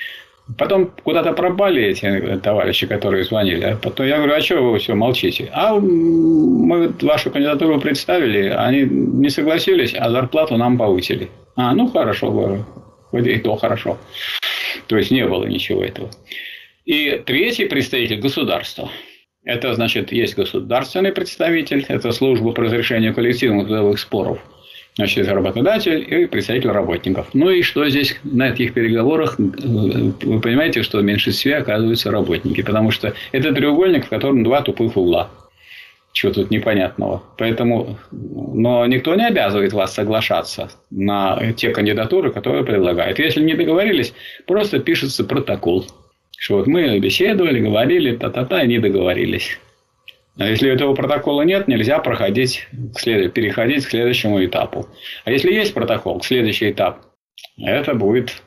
Потом куда-то пропали эти товарищи, которые звонили. А потом я говорю, а что вы все молчите? А мы вашу кандидатуру представили, они не согласились, а зарплату нам повысили. А, ну хорошо, говорю. Хоть и то хорошо. То есть не было ничего этого. И третий представитель государства. Это значит, есть государственный представитель, это служба по разрешению коллективных трудовых споров. Значит, работодатель и представитель работников. Ну и что здесь на этих переговорах? Вы понимаете, что в меньшинстве оказываются работники. Потому что это треугольник, в котором два тупых угла. Чего тут непонятного. Поэтому, но никто не обязывает вас соглашаться на те кандидатуры, которые предлагают. Если не договорились, просто пишется протокол. Что вот мы беседовали, говорили, та-та-та, и не договорились. А если этого протокола нет, нельзя проходить, переходить к следующему этапу. А если есть протокол, следующий этап, это будет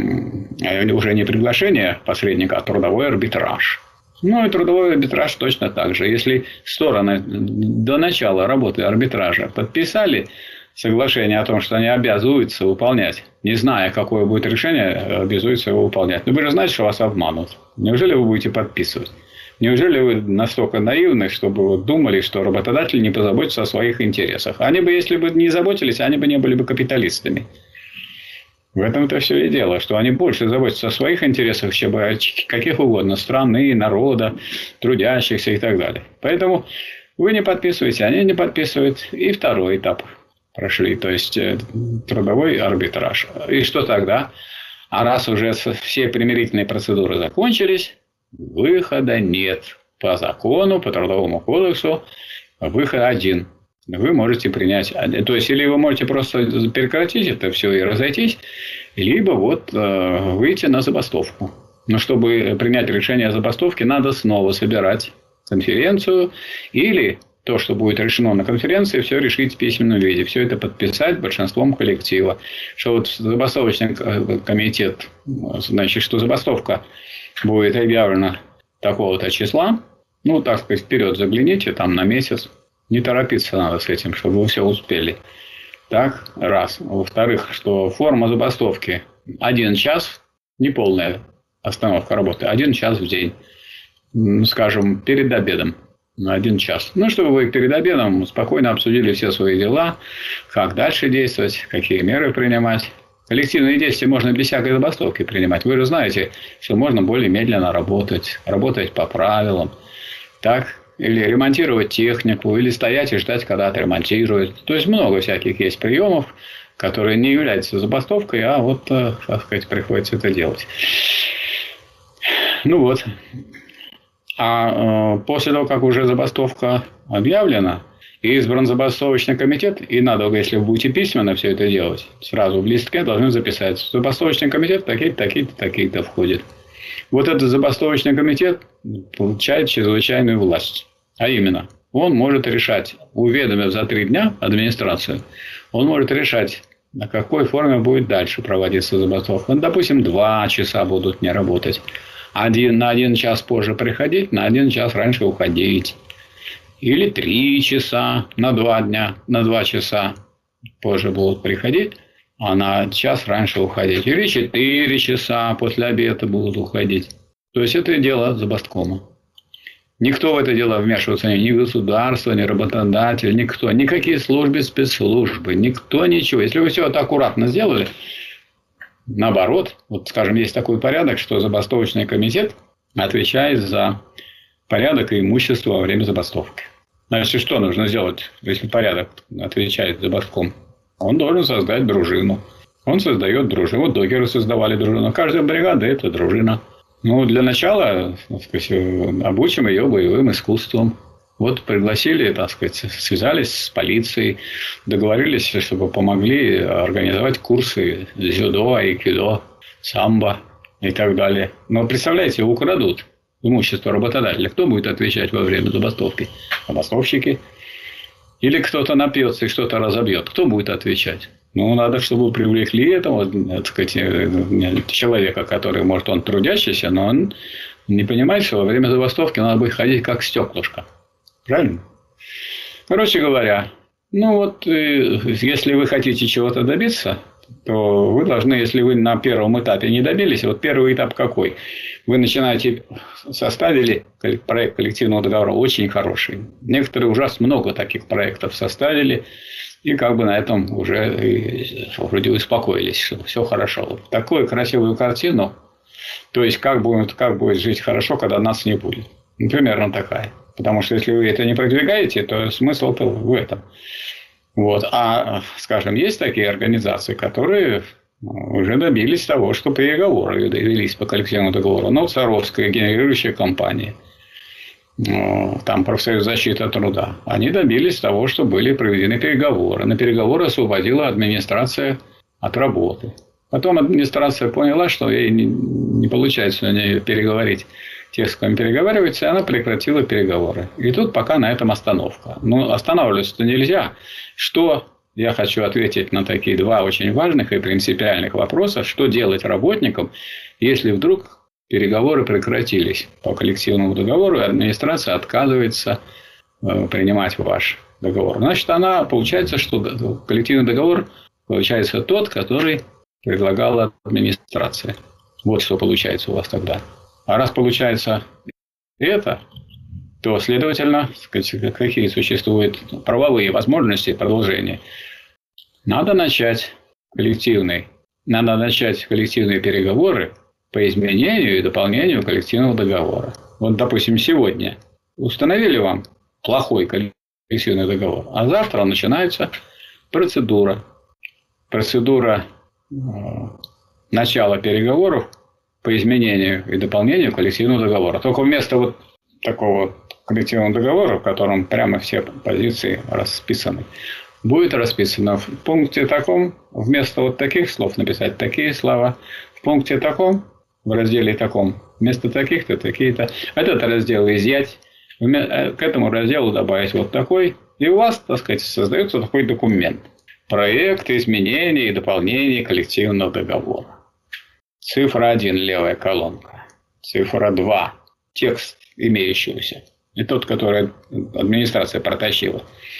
уже не приглашение посредника, а трудовой арбитраж. Ну и трудовой арбитраж точно так же. Если стороны до начала работы арбитража подписали соглашение о том, что они обязуются выполнять, не зная, какое будет решение, обязуются его выполнять. Но вы же знаете, что вас обманут. Неужели вы будете подписывать? Неужели вы настолько наивны, чтобы вы думали, что работодатель не позаботится о своих интересах? Они бы, если бы не заботились, они бы не были бы капиталистами. В этом-то все и дело, что они больше заботятся о своих интересах, чем о каких угодно страны, народа, трудящихся и так далее. Поэтому вы не подписываете, они не подписывают. И второй этап прошли, то есть трудовой арбитраж. И что тогда? А раз уже все примирительные процедуры закончились, выхода нет. По закону, по трудовому кодексу, выход один. Вы можете принять. То есть, или вы можете просто прекратить это все и разойтись, либо вот выйти на забастовку. Но чтобы принять решение о забастовке, надо снова собирать конференцию или то, что будет решено на конференции, все решить в письменном виде. Все это подписать большинством коллектива. Что вот забастовочный комитет, значит, что забастовка будет объявлена такого-то числа. Ну, так сказать, вперед загляните, там на месяц. Не торопиться надо с этим, чтобы вы все успели. Так, раз. Во-вторых, что форма забастовки один час, не полная остановка работы, один час в день. Скажем, перед обедом. На один час. Ну, чтобы вы перед обедом спокойно обсудили все свои дела, как дальше действовать, какие меры принимать. Коллективные действия можно без всякой забастовки принимать. Вы же знаете, что можно более медленно работать, работать по правилам. Так? Или ремонтировать технику, или стоять и ждать, когда отремонтируют. То есть, много всяких есть приемов, которые не являются забастовкой, а вот, так сказать, приходится это делать. Ну вот. А после того, как уже забастовка объявлена, и избран забастовочный комитет, и надо, если вы будете письменно все это делать, сразу в листке должны записать. Забастовочный комитет такие-то, такие-то, такие-то входит. Вот этот забастовочный комитет получает чрезвычайную власть. А именно, он может решать, уведомив за три дня администрацию, он может решать, на какой форме будет дальше проводиться забастовка. Ну, допустим, два часа будут не работать. Один, на один час позже приходить, на один час раньше уходить. Или три часа на два дня, на два часа позже будут приходить, а на час раньше уходить. Или четыре часа после обеда будут уходить. То есть, это дело забасткома. Никто в это дело вмешиваться не, ни государство, ни работодатель, никто, никакие службы, спецслужбы, никто, ничего. Если вы все это аккуратно сделали, наоборот, вот, скажем, есть такой порядок, что забастовочный комитет отвечает за порядок и имущество во время забастовки. Значит, что нужно сделать, если порядок отвечает забастком? Он должен создать дружину. Он создает дружину. Вот докеры создавали дружину. Каждая бригада – это дружина. Ну, для начала, так сказать, обучим ее боевым искусством. Вот пригласили, так сказать, связались с полицией, договорились, чтобы помогли организовать курсы дзюдо, айкидо, самбо и так далее. Но представляете, украдут имущество работодателя. Кто будет отвечать во время забастовки? Забастовщики. Или кто-то напьется и что-то разобьет. Кто будет отвечать? Ну, надо, чтобы привлекли этого, так сказать, человека, который, может, он трудящийся, но он не понимает, что во время забастовки надо будет ходить как стеклышко. Правильно? Короче говоря, ну вот, если вы хотите чего-то добиться, то вы должны, если вы на первом этапе не добились, вот первый этап какой? Вы начинаете, составили проект коллективного договора очень хороший. Некоторые ужасно много таких проектов составили. И как бы на этом уже вроде успокоились, что все хорошо. Вот такую красивую картину, то есть как будет, как будет жить хорошо, когда нас не будет. Ну, примерно такая. Потому что если вы это не продвигаете, то смысл-то в этом. Вот. А, скажем, есть такие организации, которые уже добились того, что переговоры довелись по коллективному договору. Ну, Саровская генерирующая компания. Там профсоюз защиты труда. Они добились того, что были проведены переговоры. На переговоры освободила администрация от работы. Потом администрация поняла, что ей не получается у нее переговорить тех, с кем переговаривается, и она прекратила переговоры. И тут пока на этом остановка. Но останавливаться-то нельзя. Что я хочу ответить на такие два очень важных и принципиальных вопроса. Что делать работникам, если вдруг переговоры прекратились по коллективному договору, и администрация отказывается принимать ваш договор. Значит, она получается, что коллективный договор получается тот, который предлагала администрация. Вот что получается у вас тогда. А раз получается это, то, следовательно, какие существуют правовые возможности продолжения. Надо начать коллективный, надо начать коллективные переговоры по изменению и дополнению коллективного договора. Вот, допустим, сегодня установили вам плохой коллективный договор, а завтра начинается процедура. Процедура э, начала переговоров по изменению и дополнению коллективного договора. Только вместо вот такого коллективного договора, в котором прямо все позиции расписаны, будет расписано в пункте таком, вместо вот таких слов написать такие слова, в пункте таком, в разделе таком, вместо таких-то, такие-то. Этот раздел изъять, к этому разделу добавить вот такой, и у вас, так сказать, создается такой документ. Проект изменений и дополнений коллективного договора. Цифра один, левая колонка. Цифра два, текст имеющийся. И тот, который администрация протащила.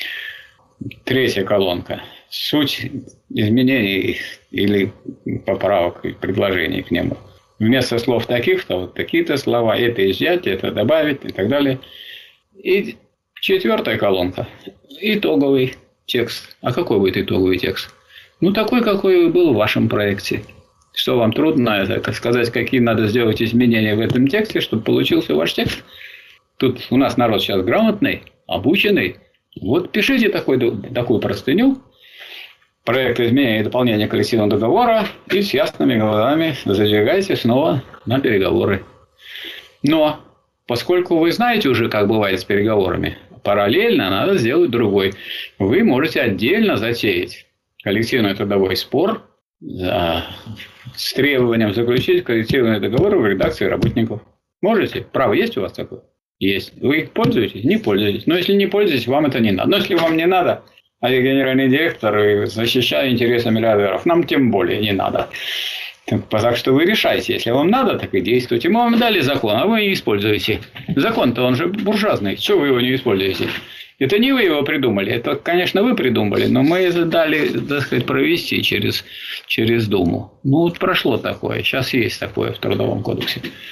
Третья колонка. Суть изменений или поправок и предложений к нему. Вместо слов таких-то, вот такие-то слова, это изъять, это добавить и так далее. И четвертая колонка. Итоговый текст. А какой будет итоговый текст? Ну, такой, какой был в вашем проекте. Что вам трудно это сказать, какие надо сделать изменения в этом тексте, чтобы получился ваш текст? Тут у нас народ сейчас грамотный, обученный. Вот пишите такой, такую простыню. Проект изменения и дополнения коллективного договора. И с ясными глазами задвигайте снова на переговоры. Но, поскольку вы знаете уже, как бывает с переговорами, параллельно надо сделать другой. Вы можете отдельно затеять коллективный трудовой спор с требованием заключить коллективный договор в редакции работников. Можете? Право есть у вас такое? Есть. Вы их пользуетесь? Не пользуетесь. Но если не пользуетесь, вам это не надо. Но если вам не надо, а я генеральный директор и защищаю интересы миллиардеров, нам тем более не надо. Так что вы решайте. Если вам надо, так и действуйте. Мы вам дали закон, а вы не используете. Закон-то он же буржуазный. Чего вы его не используете? Это не вы его придумали. Это, конечно, вы придумали, но мы это дали, так сказать, провести через, через Думу. Ну, вот прошло такое. Сейчас есть такое в Трудовом кодексе.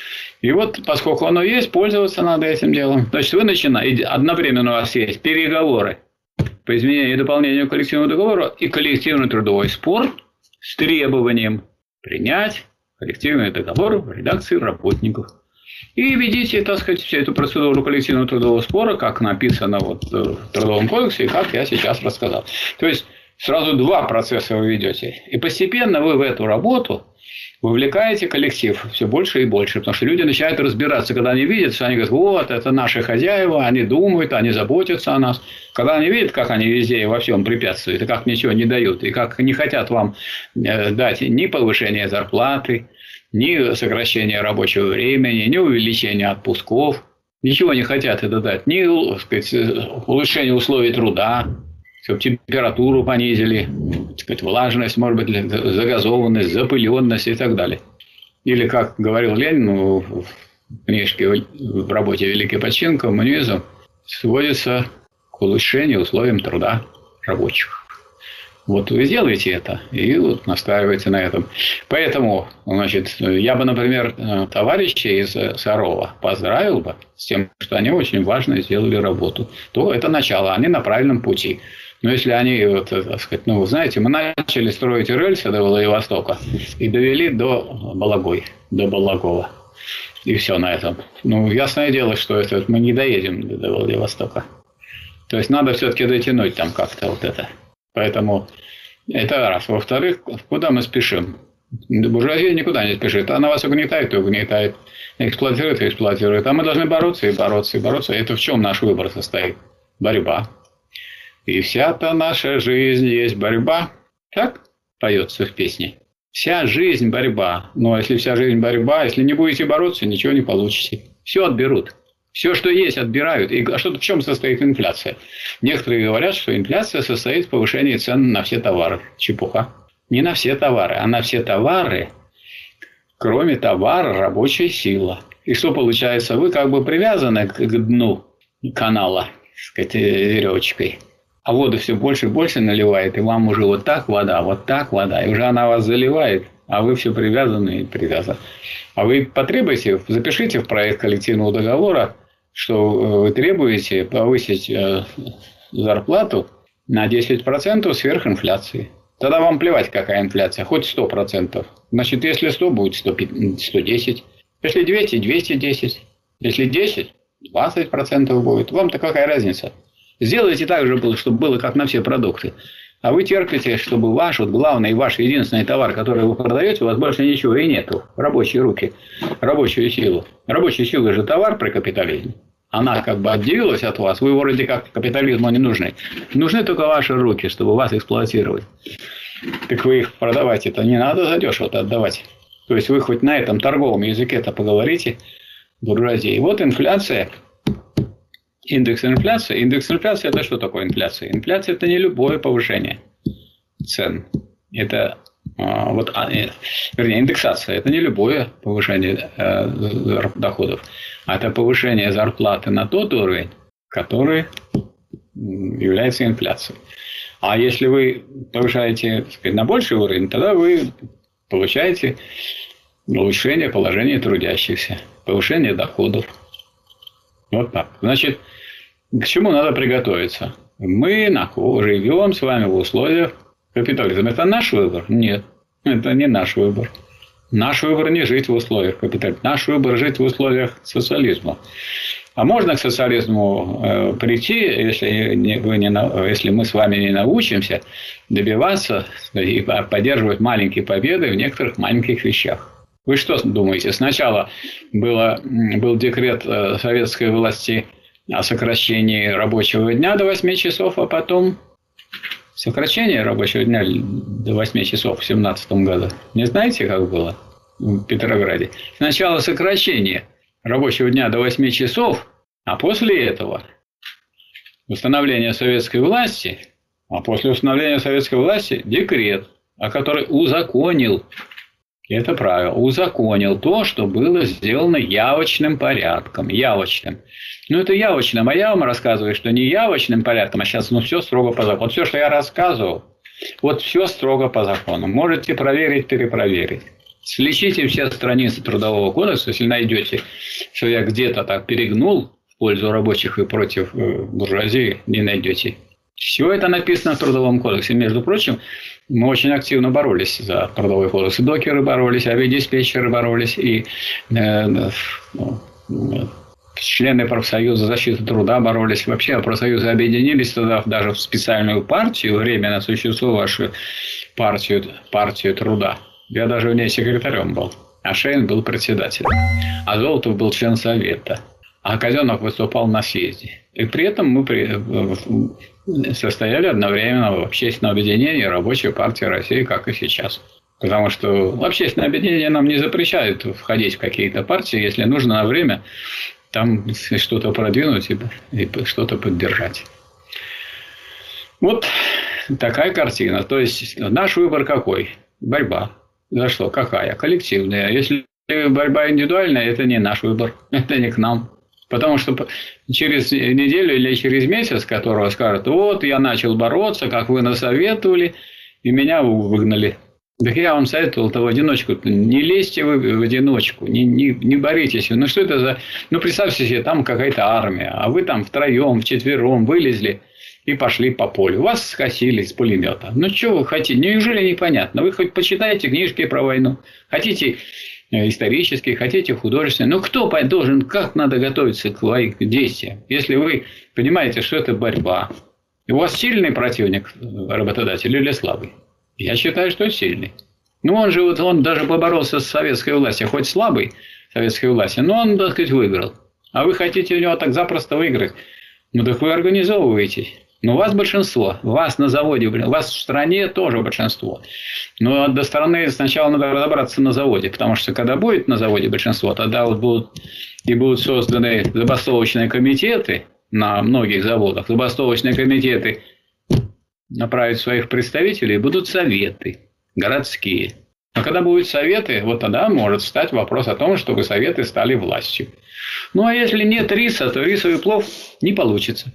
И вот, поскольку оно есть, пользоваться надо этим делом. Значит, вы начинаете, одновременно у вас есть переговоры по изменению и дополнению коллективного договора и коллективный трудовой спор с требованием принять коллективный договор в редакции работников. И ведите, так сказать, всю эту процедуру коллективного трудового спора, как написано вот в Трудовом кодексе, и как я сейчас рассказал. То есть, сразу два процесса вы ведете. И постепенно вы в эту работу вовлекаете коллектив все больше и больше. Потому что люди начинают разбираться, когда они видят, что они говорят, вот, это наши хозяева, они думают, они заботятся о нас. Когда они видят, как они везде и во всем препятствуют, и как ничего не дают, и как не хотят вам дать ни повышения зарплаты, ни сокращения рабочего времени, ни увеличения отпусков, ничего не хотят это дать, ни, так сказать, улучшения условий труда, чтобы температуру понизили, так сказать, влажность, может быть, загазованность, запыленность и так далее. Или, как говорил Ленин в книжке в работе «Великий почин», коммунизм сводится к улучшению условий труда рабочих. Вот вы сделаете это и вот настаиваете на этом. Поэтому, значит, я бы, например, товарищей из Сарова поздравил бы с тем, что они очень важно сделали работу. То это начало, они на правильном пути. Но если они, вот, так сказать, ну, вы знаете, мы начали строить рельсы до Владивостока и довели до Балагой, до Балагова. И все на этом. Ну, ясное дело, что это, мы не доедем до Владивостока. То есть, надо все-таки дотянуть там как-то вот это. Поэтому это раз. Во-вторых, куда мы спешим? Буржуазия никуда не спешит. Она вас угнетает и угнетает. Эксплуатирует и эксплуатирует. А мы должны бороться и бороться и бороться. Это в чем наш выбор состоит? Борьба. И вся-то наша жизнь есть борьба. Так поется в песне. Вся жизнь борьба. Но если вся жизнь борьба, если не будете бороться, ничего не получите. Все отберут. Все, что есть, отбирают. И а что, в чем состоит инфляция? Некоторые говорят, что инфляция состоит в повышении цен на все товары. Чепуха. Не на все товары, а на все товары, кроме товара, рабочая сила. И что получается? Вы как бы привязаны к дну канала, так сказать, веревочкой. А воду все больше и больше наливает. И вам уже вот так вода, вот так вода. И уже она вас заливает. А вы все привязаны и привязаны. А вы потребуете, запишите в проект коллективного договора, что вы требуете повысить зарплату на десять процентов сверх инфляции. Тогда вам плевать, какая инфляция, хоть сто процентов. Значит, если сто, будет сто десять. Если двести, двести десять. Если десять, двадцать процентов будет. Вам-то какая разница? Сделайте так же, чтобы было как на все продукты. А вы терпите, чтобы ваш, вот главный, ваш единственный товар, который вы продаете, у вас больше ничего и нету. Рабочие руки, рабочую силу. Рабочая сила же товар при капитализме. Она как бы отделилась от вас. Вы вроде как капитализму не нужны. Нужны только ваши руки, чтобы вас эксплуатировать. Так вы их продавать это не надо задешево отдавать. То есть вы хоть на этом торговом языке-то поговорите, буржуазии. Вот инфляция. Индекс инфляции. Индекс инфляции – это что такое инфляция? Инфляция – это не любое повышение цен. Это а, вот, а, вернее, индексация – это не любое повышение а, доходов. А это повышение зарплаты на тот уровень, который является инфляцией. А если вы повышаете, так сказать, на больший уровень, тогда вы получаете улучшение положения трудящихся, повышение доходов. Вот так. Значит, к чему надо приготовиться? Мы живем с вами в условиях капитализма. Это наш выбор? Нет, это не наш выбор. Наш выбор не жить в условиях капитализма. Наш выбор жить в условиях социализма. А можно к социализму э, прийти, если, не, вы не, если мы с вами не научимся добиваться и поддерживать маленькие победы в некоторых маленьких вещах. Вы что думаете? Сначала было, был декрет советской власти о сокращении рабочего дня до восьми часов, а потом сокращение рабочего дня до восьми часов в семнадцатом году. Не знаете, как было в Петрограде? Сначала сокращение рабочего дня до восьми часов, а после этого установление советской власти, а после установления советской власти декрет, о который узаконил это правило, узаконил то, что было сделано явочным порядком. Явочным. Ну, это явочным. А я вам рассказываю, что не явочным порядком, а сейчас ну, все строго по закону. Вот все, что я рассказывал, вот все строго по закону. Можете проверить, перепроверить. Слечите все страницы Трудового кодекса, если найдете, что я где-то так перегнул в пользу рабочих и против буржуазии, не найдете. Все это написано в Трудовом кодексе. Между прочим, мы очень активно боролись за Трудовой кодекс. И докеры боролись, авиадиспетчеры боролись, и э, ну, члены профсоюза защиты труда боролись. Вообще профсоюзы объединились тогда даже в специальную партию, временно существовавшую партию, партию труда. Я даже в ней секретарем был. А Шейн был председателем. А Золотов был член совета. А Казенов выступал на съезде. И при этом мы при... состояли одновременно в общественном объединении Рабочей партии России, как и сейчас. Потому что общественное объединение нам не запрещает входить в какие-то партии, если нужно на время там что-то продвинуть и, и что-то поддержать. Вот такая картина. То есть наш выбор какой? Борьба. За что? Какая? Коллективная. Если борьба индивидуальная, это не наш выбор. Это не к нам. Потому что через неделю или через месяц, которого скажут, вот я начал бороться, как вы насоветовали, и меня выгнали. Так я вам советовал-то в одиночку. Не лезьте вы в одиночку, не, не, не боритесь. Ну что это за... Ну представьте себе, там какая-то армия, а вы там втроем, вчетвером вылезли и пошли по полю. Вас скосили из пулемета. Ну что вы хотите? Неужели непонятно? Вы хоть почитайте книжки про войну. Хотите исторические, хотите художественные. Но кто должен, как надо готовиться к своим действиям, если вы понимаете, что это борьба? И у вас сильный противник, работодатель, или слабый? Я считаю, что сильный. Ну, он же вот, он даже поборолся с советской властью, хоть слабый советской власти, но он, так сказать, выиграл. А вы хотите у него так запросто выиграть? Ну, так вы организовываетесь. Но у вас большинство. Вас на заводе, у вас в стране тоже большинство. Но до страны сначала надо разобраться на заводе. Потому что когда будет на заводе большинство, тогда вот будут и будут созданы забастовочные комитеты на многих заводах. Забастовочные комитеты направят своих представителей, будут советы городские. А когда будут советы, вот тогда может встать вопрос о том, чтобы советы стали властью. Ну, а если нет риса, то рисовый плов не получится.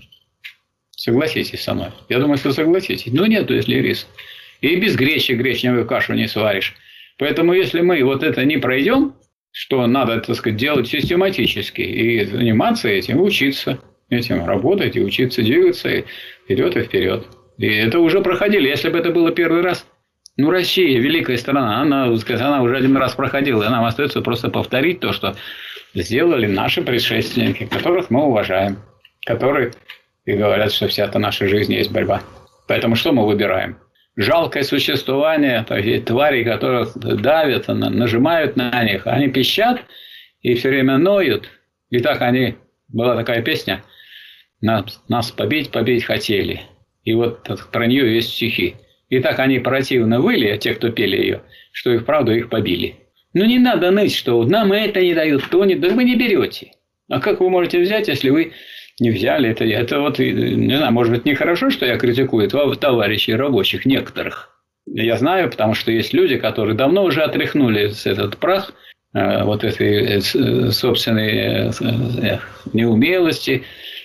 Согласитесь со мной. Я думаю, что согласитесь. Ну, нету, если рис. И без гречи гречневую кашу не сваришь. Поэтому, если мы вот это не пройдем, что надо, так сказать, делать систематически и заниматься этим, учиться этим, работать и учиться двигаться и вперед и вперед. И это уже проходили. Если бы это было первый раз, ну, Россия, великая страна, она, она уже один раз проходила. И нам остается просто повторить то, что сделали наши предшественники, которых мы уважаем, которые и говорят, что вся эта наша жизнь есть борьба. Поэтому что мы выбираем? Жалкое существование тварей, которых давят, нажимают на них, они пищат и все время ноют. И так они, была такая песня, нас, нас побить, побить хотели. И вот про нее есть стихи. И так они противно выли, те, кто пели ее, что и вправду их побили. Ну не надо ныть, что нам это не дают, то не дают. Да вы не берете. А как вы можете взять, если вы не взяли? Это, это вот, не знаю, может быть, нехорошо, что я критикую товарищей рабочих некоторых. Я знаю, потому что есть люди, которые давно уже отряхнули этот прах вот этой собственной неумелости,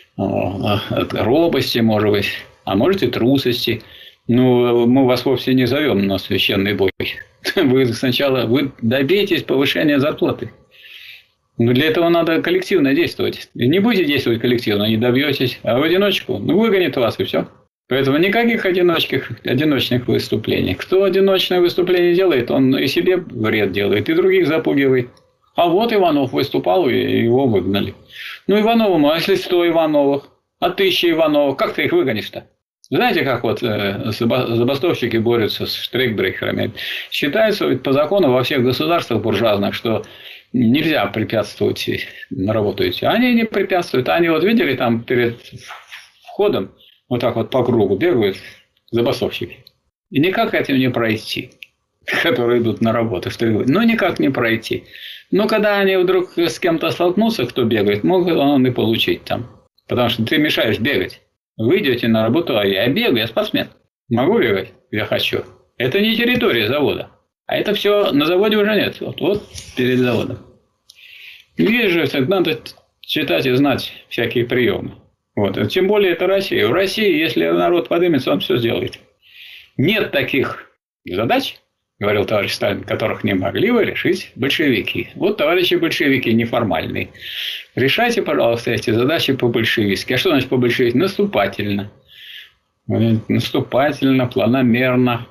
робости, может быть, а может и трусости. Ну, мы вас вовсе не зовем на священный бой. Вы сначала вы добейтесь повышения зарплаты. Но для этого надо коллективно действовать. И не будете действовать коллективно, не добьетесь. А в одиночку, ну, выгонит вас и все. Поэтому никаких одиночных, одиночных выступлений. Кто одиночное выступление делает, он и себе вред делает, и других запугивает. А вот Иванов выступал, и его выгнали. Ну, Иванову, а если сто Ивановых, а тысяча Ивановых, как ты их выгонишь-то? Знаете, как вот э, забастовщики борются с штрейкбрехерами? Считается ведь по закону во всех государствах буржуазных, что нельзя препятствовать на работу идти. Они не препятствуют. Они вот видели там перед входом вот так вот по кругу бегают забастовщики. И никак этим не пройти, которые идут на работу. Ну, никак не пройти. Но когда они вдруг с кем-то столкнутся, кто бегает, могут он и получить там. Потому что ты мешаешь бегать. Вы идете на работу, а я бегаю, я спортсмен. Могу бегать? Я хочу. Это не территория завода. А это все на заводе уже нет. Вот, вот перед заводом. Есть же, надо читать и знать всякие приемы. Вот. Тем более это Россия. В России, если народ поднимется, он все сделает. Нет таких задач, говорил товарищ Сталин, которых не могли бы решить большевики. Вот, товарищи большевики неформальные. Решайте, пожалуйста, эти задачи по-большевистски. А что значит по-большевистски? Наступательно. Наступательно, планомерно.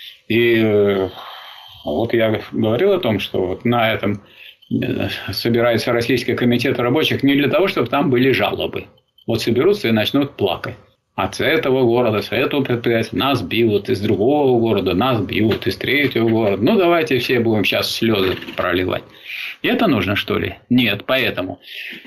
И вот я говорил о том, что вот на этом собирается Российский комитет рабочих не для того, чтобы там были жалобы. Вот соберутся и начнут плакать. А с этого города, с этого предприятия нас бьют, из другого города нас бьют, из третьего города. Ну, давайте все будем сейчас слезы проливать. И это нужно, что ли? Нет, поэтому.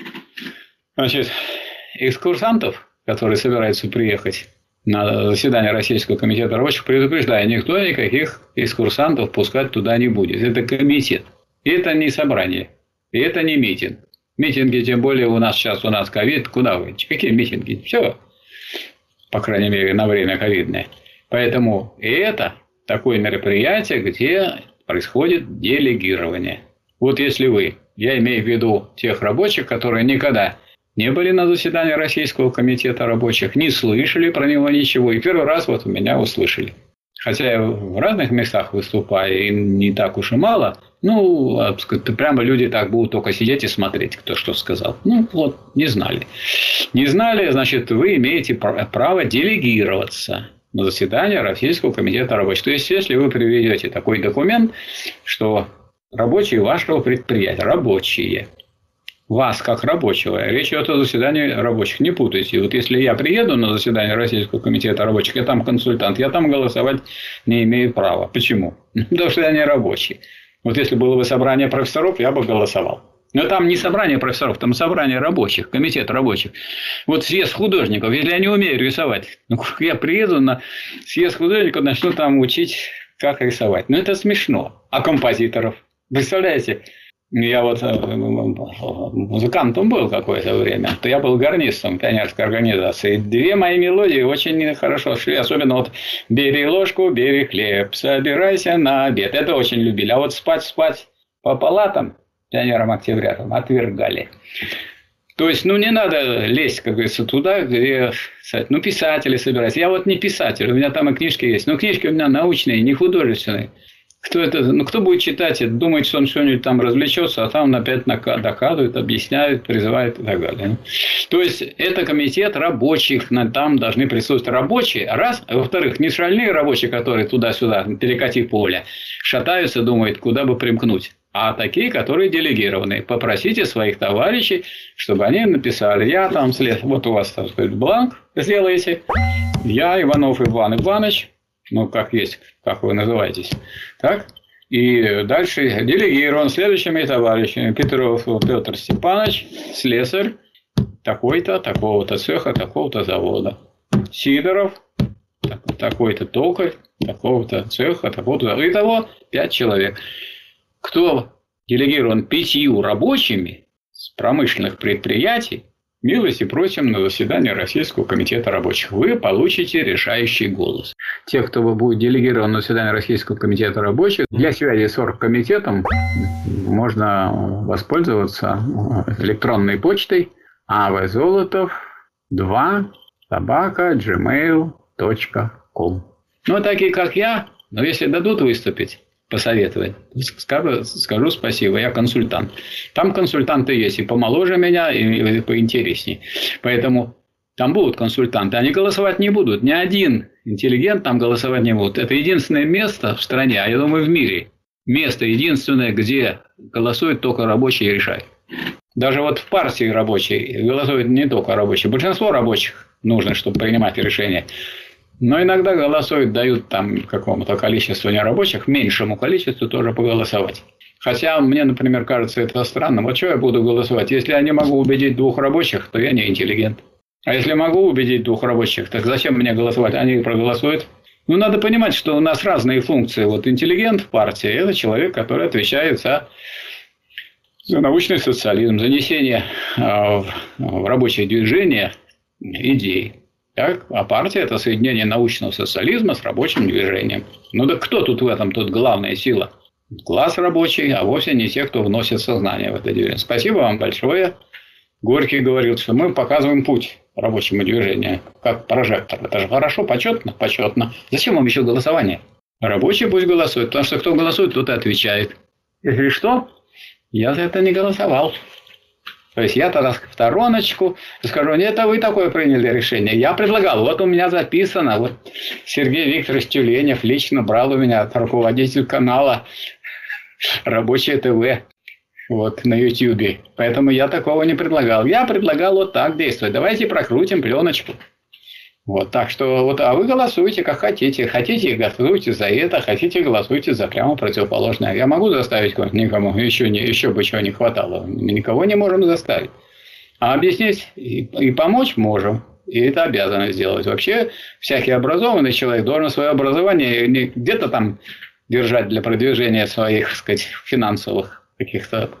Значит, экскурсантов, которые собираются приехать на заседание Российского комитета рабочих, предупреждаю, никто никаких экскурсантов пускать туда не будет. Это комитет. И это не собрание. И это не митинг. Митинги, тем более у нас сейчас, у нас ковид. Куда вы? Какие митинги? Все. По крайней мере, на время ковидное. Поэтому и это такое мероприятие, где происходит делегирование. Вот если вы, я имею в виду тех рабочих, которые никогда не были на заседании Российского комитета рабочих, не слышали про него ничего, и первый раз вот у меня услышали. Хотя я в разных местах выступаю, и не так уж и мало. Ну, прямо люди так будут только сидеть и смотреть, кто что сказал. Ну, вот, не знали. Не знали, значит, вы имеете право делегироваться на заседание Российского комитета рабочих. То есть, если вы приведете такой документ, что рабочие вашего предприятия, рабочие, вас как рабочего, речь идет о заседании рабочих, не путайте. Вот если я приеду на заседание Российского комитета рабочих, я там консультант, я там голосовать не имею права. Почему? Потому что я не рабочий. Вот если было бы собрание профессоров, я бы голосовал. Но там не собрание профессоров, там собрание рабочих, комитет рабочих. Вот съезд художников, если я не умею рисовать, ну, я приеду на съезд художников, начну там учить, как рисовать. Ну, это смешно. А композиторов? Представляете? Я вот музыкантом был какое-то время, то я был гарнистом пионерской организации. Две мои мелодии очень хорошо шли, особенно вот «Бери ложку, бери хлеб, собирайся на обед». Это очень любили. А вот спать-спать по палатам пионерам-октябрятам отвергали. То есть, ну, не надо лезть, как говорится, туда, где, ну, писатели собираются. Я вот не писатель, у меня там и книжки есть. Но книжки у меня научные, не художественные. Кто это, ну, кто будет читать это, думает, что он что-нибудь там развлечется, а там он опять доказывает, объясняет, призывает и так далее. То есть, это комитет рабочих, там должны присутствовать рабочие, раз, а во-вторых, не шальные рабочие, которые туда-сюда, перекатив поле, шатаются, думают, куда бы примкнуть, а такие, которые делегированные. Попросите своих товарищей, чтобы они написали, я там след, вот у вас, так сказать, бланк сделаете, я, Иванов Иван Иванович, ну, как есть, как вы называетесь. Так? И дальше делегирован следующими товарищами. Петров Петр Степанович, слесарь такой-то, такого-то цеха, такого-то завода. Сидоров, такой-то токарь, такого-то цеха, такого-то завода. Итого пять человек. Кто делегирован пятью рабочими с промышленных предприятий, милости просим на заседание Российского комитета рабочих. Вы получите решающий голос. Те, кто будет делегирован на заседание Российского комитета рабочих, для связи с оргкомитетом можно воспользоваться электронной почтой авзолотов два собака джимейл точка ком. Ну, такие, как я, но если дадут выступить, посоветовать, скажу, скажу спасибо, я консультант. Там консультанты есть и помоложе меня, и поинтереснее. Поэтому там будут консультанты. Они голосовать не будут. Ни один интеллигент там голосовать не будет. Это единственное место в стране, а я думаю в мире. Место единственное, где голосуют только рабочие и решают. Даже вот в партии рабочие голосуют не только рабочие. Большинство рабочих нужно, чтобы принимать решения. Но иногда голосуют, дают там какому-то количеству нерабочих, меньшему количеству тоже поголосовать. Хотя мне, например, кажется это странным. Вот что я буду голосовать? Если я не могу убедить двух рабочих, то я не интеллигент. А если могу убедить двух рабочих, так зачем мне голосовать? Они проголосуют. Ну, надо понимать, что у нас разные функции. Вот интеллигент в партии – это человек, который отвечает за, за научный социализм, за несение в, в рабочее движение идей. Так? А партия – это соединение научного социализма с рабочим движением. Ну, да кто тут в этом тут главная сила? Класс рабочий, а вовсе не те, кто вносит сознание в это движение. Спасибо вам большое. Горький говорил, что мы показываем путь рабочему движению, как прожектор. Это же хорошо, почетно, почетно. Зачем вам еще голосование? Рабочие пусть голосуют, потому что кто голосует, тот и отвечает. Если что, я за это не голосовал. То есть я тогда в стороночку скажу, нет, это вы такое приняли решение. Я предлагал, вот у меня записано, вот Сергей Викторович Тюленев лично брал у меня руководитель канала Рабочее ТВ. Вот, на Ютьюбе. Поэтому я такого не предлагал. Я предлагал вот так действовать. Давайте прокрутим пленочку. Вот, так что, вот, а вы голосуйте как хотите. Хотите, голосуйте за это, хотите, голосуйте за прямо противоположное. Я могу заставить кого-нибудь? Никому. Еще, не, еще бы чего не хватало. Мы никого не можем заставить. А объяснить и, и помочь можем. И это обязаны сделать. Вообще, всякий образованный человек должен свое образование не где-то там держать для продвижения своих, так сказать, финансовых каких-то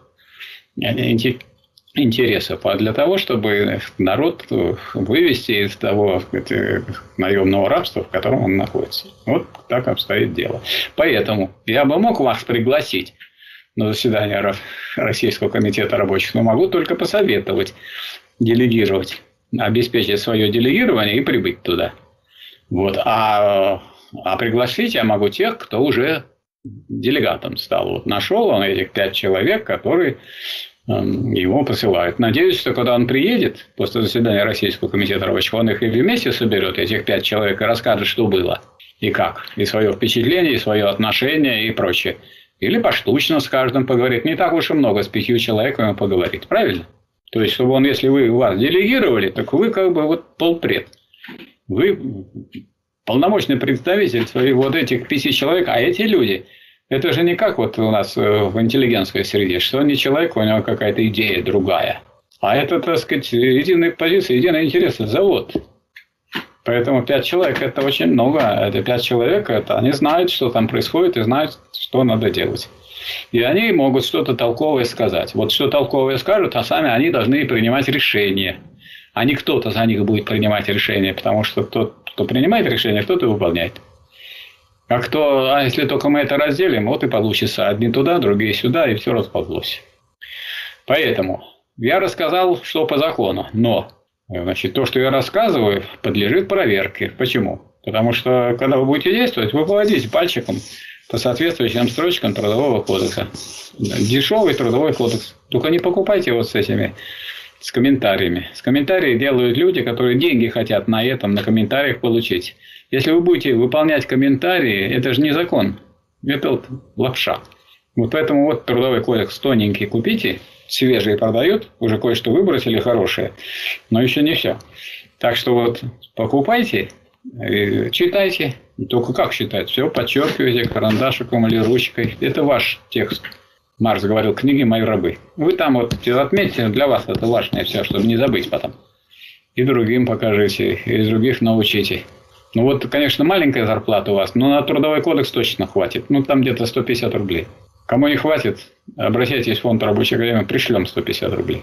интересов, а для того, чтобы народ вывести из того, так сказать, наемного рабства, в котором он находится. Вот так обстоит дело. Поэтому я бы мог вас пригласить на заседание Российского комитета рабочих, но могу только посоветовать делегировать, обеспечить свое делегирование и прибыть туда. Вот. А, а пригласить я могу тех, кто уже делегатом стал. Вот нашел он этих пять человек, которые э, его посылают. Надеюсь, что когда он приедет после заседания Российского комитета рабочих, он их и вместе соберет, этих пять человек, и расскажет, что было и как. И свое впечатление, и свое отношение, и прочее. Или поштучно с каждым поговорит. Не так уж и много с пятью человеками поговорить. Правильно? То есть, чтобы он, если вы вас делегировали, так вы как бы вот полпред. Вы полномочный представитель своих вот этих пяти человек, а эти люди, это же не как вот у нас в интеллигентской среде, что не человек, у него какая-то идея другая. А это, так сказать, единая позиция, единый интерес, завод. Поэтому пять человек это очень много. Это пять человек, это они знают, что там происходит, и знают, что надо делать. И они могут что-то толковое сказать. Вот что толковое скажут, а сами они должны принимать решения. А не кто-то за них будет принимать решения, потому что тот, кто принимает решение, кто-то выполняет. А кто, а если только мы это разделим, вот и получится. Одни туда, другие сюда, и все расползлось. Поэтому я рассказал, что по закону. Но значит, то, что я рассказываю, подлежит проверке. Почему? Потому что, когда вы будете действовать, вы поводите пальчиком по соответствующим строчкам Трудового кодекса. Дешевый Трудовой кодекс. Только не покупайте вот с этими... с комментариями. С комментариями делают люди, которые деньги хотят на этом, на комментариях получить. Если вы будете выполнять комментарии, это же не закон. Это вот лапша. Вот поэтому вот Трудовой кодекс тоненький купите, свежие продают, уже кое-что выбросили хорошее, но еще не все. Так что вот покупайте, читайте. Только как читать? Все подчеркивайте карандашиком или ручкой. Это ваш текст. Маркс говорил, книги мои рабы. Вы там вот отметьте, для вас это важное все, чтобы не забыть потом. И другим покажите, и других научите. Ну вот, конечно, маленькая зарплата у вас, но на Трудовой кодекс точно хватит. Ну там где-то сто пятьдесят рублей. Кому не хватит, обращайтесь в фонд рабочей академии, пришлем сто пятьдесят рублей.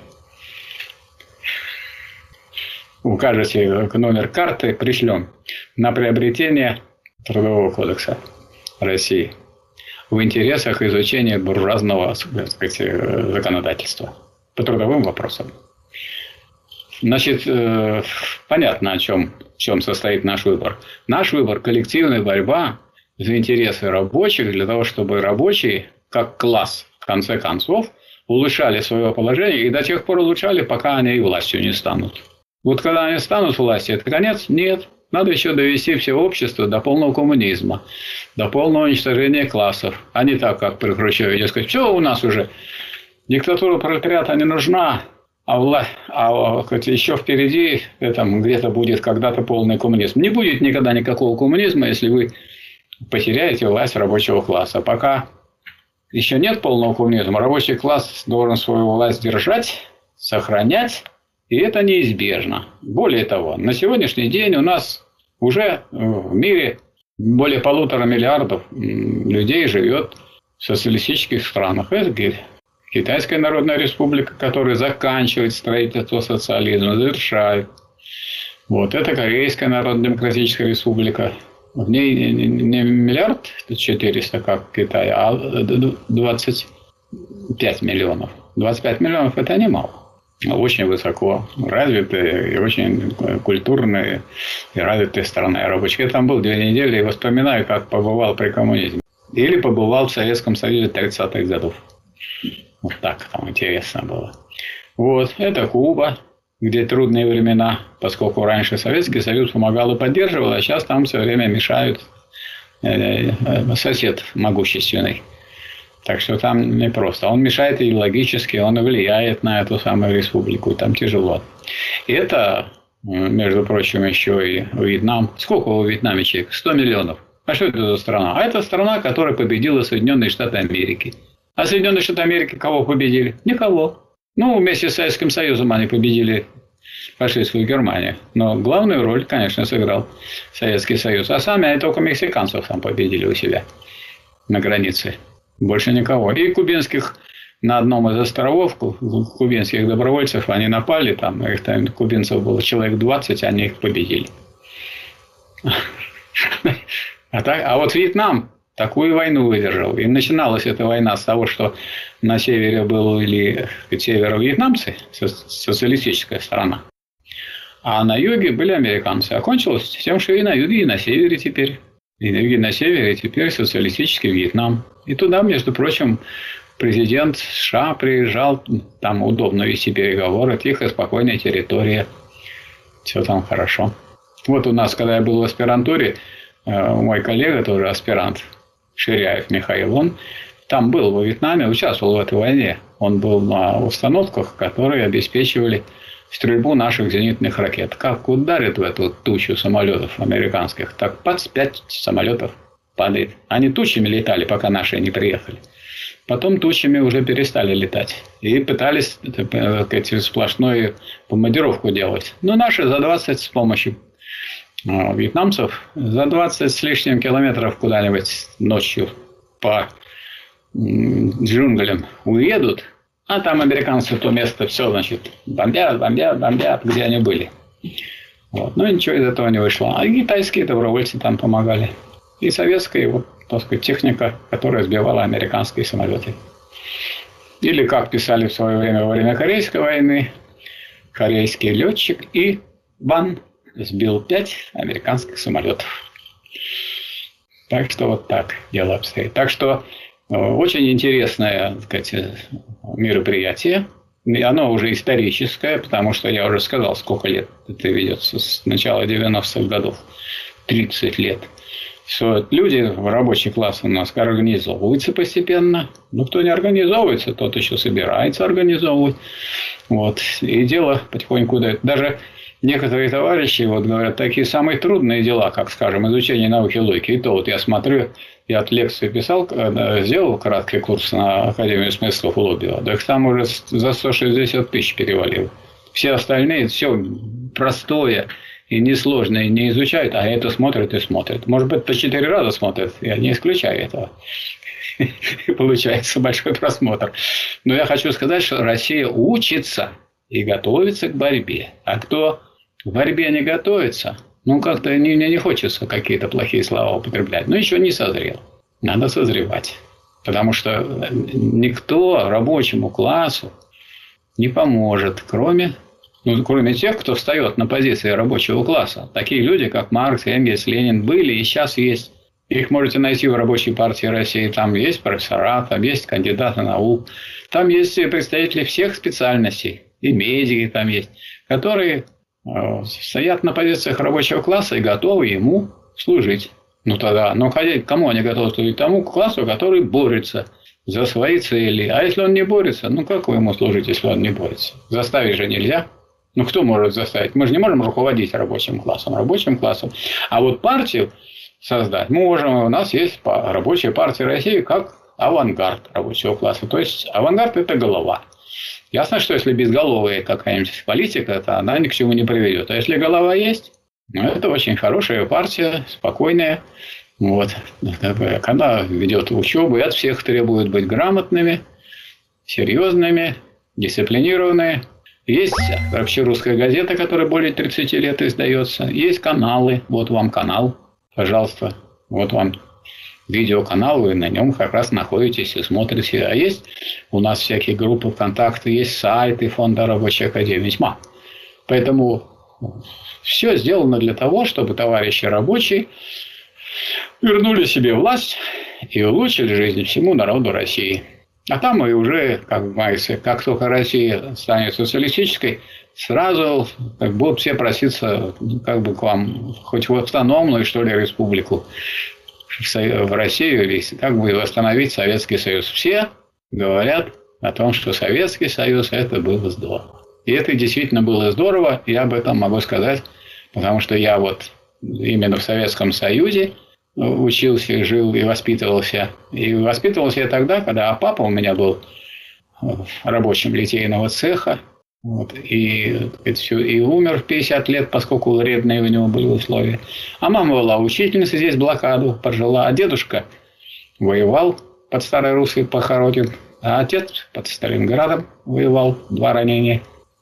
Укажете номер карты, пришлем на приобретение Трудового кодекса России в интересах изучения буржуазного, так сказать, законодательства по трудовым вопросам. Значит, понятно, о чем, в чем состоит наш выбор. Наш выбор – коллективная борьба за интересы рабочих, для того, чтобы рабочие, как класс, в конце концов, улучшали свое положение и до тех пор улучшали, пока они и властью не станут. Вот когда они станут властью, это конец? Нет. Надо еще довести все общество до полного коммунизма, до полного уничтожения классов. А не так, как при Хрущеве, где сказать, все у нас уже, диктатура пролетариата не нужна, а, вла... а еще впереди там, где-то будет когда-то полный коммунизм. Не будет никогда никакого коммунизма, если вы потеряете власть рабочего класса. Пока еще нет полного коммунизма, рабочий класс должен свою власть держать, сохранять. И это неизбежно. Более того, на сегодняшний день у нас уже в мире более полутора миллиардов людей живет в социалистических странах. Это Китайская Народная Республика, которая заканчивает строительство социализма, завершает. Вот. Это Корейская Народно-Демократическая Республика. В ней не миллиард четыреста, как в Китае, а двадцать пять миллионов. двадцать пять миллионов – это немало. очень высоко развитая и очень культурная и развитая страна. Я рабочий. Я там был две недели и вспоминаю, как побывал при коммунизме. Или побывал в Советском Союзе тридцатых годов. Вот так там интересно было. Вот, это Куба, где трудные времена, поскольку раньше Советский Союз помогал и поддерживал, а сейчас там все время мешают сосед могущественный. Так что там непросто. Он мешает идеологически, он влияет на эту самую республику. Там тяжело. И это, между прочим, еще и Вьетнам. Сколько у Вьетнаме человек? сто миллионов. А что это за страна? А это страна, которая победила Соединенные Штаты Америки. А Соединенные Штаты Америки кого победили? Никого. Ну, вместе с Советским Союзом они победили фашистскую Германию. Но главную роль, конечно, сыграл Советский Союз. А сами они только мексиканцев там победили у себя на границе. Больше никого. И кубинских на одном из островов, кубинских добровольцев, они напали. Там, их там кубинцев было человек двадцать, они их победили. А, так, а вот Вьетнам такую войну выдержал. И начиналась эта война с того, что на севере были северо-вьетнамцы, социалистическая страна. А на юге были американцы. Окончилось тем, что и на юге, и на севере теперь. И на юге, и на севере теперь социалистический Вьетнам. И туда, между прочим, президент США приезжал. Там удобно вести переговоры. Тихо, спокойная территория. Все там хорошо. Вот у нас, когда я был в аспирантуре, мой коллега, тоже аспирант, Ширяев Михаил, он там был во Вьетнаме, участвовал в этой войне. Он был на установках, которые обеспечивали стрельбу наших зенитных ракет. Как ударит в эту тучу самолетов американских, так пац, пять самолетов падает. Они тучами летали, пока наши не приехали. Потом тучами уже перестали летать. И пытались так сказать, сплошную бомбардировку делать. Но наши за двадцать с помощью вьетнамцев за двадцать с лишним километров куда-нибудь ночью по джунглям уедут, а там американцы то место все, значит, бомбят, бомбят, бомбят, где они были. Вот. Но ничего из этого не вышло. А китайские добровольцы там помогали. И советская, вот, так сказать, техника, которая сбивала американские самолеты. Или, как писали в свое время во время Корейской войны, корейский летчик и Ван сбил пять американских самолетов. Так что вот так дело обстоит. Так что очень интересное, так сказать, мероприятие. Оно уже историческое, потому что я уже сказал, сколько лет это ведется. С начала девяностых годов. тридцать лет. Что люди в рабочий класс у нас организовываются постепенно. Но кто не организовывается, тот еще собирается организовывать. Вот. И дело потихоньку дает. Даже некоторые товарищи вот говорят, такие самые трудные дела, как, скажем, изучение науки логики. И то вот я смотрю, я от лекции писал, сделал краткий курс на Академию смыслов у Лобиева. Так там уже за сто шестьдесят тысяч перевалил. Все остальные все простое и несложное не изучают, а это смотрят и смотрят. Может быть, по четыре раза смотрят, я не исключаю этого. И получается большой просмотр. Но я хочу сказать, что Россия учится и готовится к борьбе. А кто к борьбе не готовится, ну, как-то мне не, не хочется какие-то плохие слова употреблять. Но еще не созрел. Надо созревать. Потому что никто рабочему классу не поможет, кроме, ну, кроме тех, кто встает на позиции рабочего класса. Такие люди, как Маркс, Энгельс, Ленин, были и сейчас есть. Их можете найти в Рабочей партии России. Там есть профессора, там есть кандидаты наук. Там есть представители всех специальностей. И медики там есть. Которые э, стоят на позициях рабочего класса и готовы ему служить. Ну тогда, ну кому они готовы служить? Тому классу, который борется за свои цели. А если он не борется, ну как вы ему служить, если он не борется? Заставить же нельзя. Ну кто может заставить? Мы же не можем руководить рабочим классом. Рабочим классом. А вот партию создать можем. У нас есть Рабочая партия России как авангард рабочего класса. То есть авангард – это голова. Ясно, что если безголовая какая-нибудь политика, то она ни к чему не приведет. А если голова есть, ну, это очень хорошая партия, спокойная. Вот. Она ведет учебу и от всех требует быть грамотными, серьезными, дисциплинированными. Есть вообще русская газета, которая более тридцати лет издается. Есть каналы. Вот вам канал. Пожалуйста. Вот вам видеоканал, вы на нем как раз находитесь и смотрите. А есть у нас всякие группы ВКонтакте, есть сайты Фонда Рабочей Академии, тьма. Поэтому все сделано для того, чтобы товарищи рабочие вернули себе власть и улучшили жизнь всему народу России. А там мы уже, как говорится, как только Россия станет социалистической, сразу как будут все проситься как бы к вам хоть в автономную, что ли, республику в Россию, или как бы восстановить Советский Союз. Все говорят о том, что Советский Союз это было здорово. И это действительно было здорово, я об этом могу сказать, потому что я вот именно в Советском Союзе учился, жил и воспитывался. И воспитывался я тогда, когда папа у меня был рабочим литейного цеха. Вот, и, и умер в пятьдесят лет, поскольку вредные у него были условия. А мама была учительница, здесь блокаду прожила. А дедушка воевал под Старой Руссой, Похородин. А отец под Сталинградом воевал, два ранения.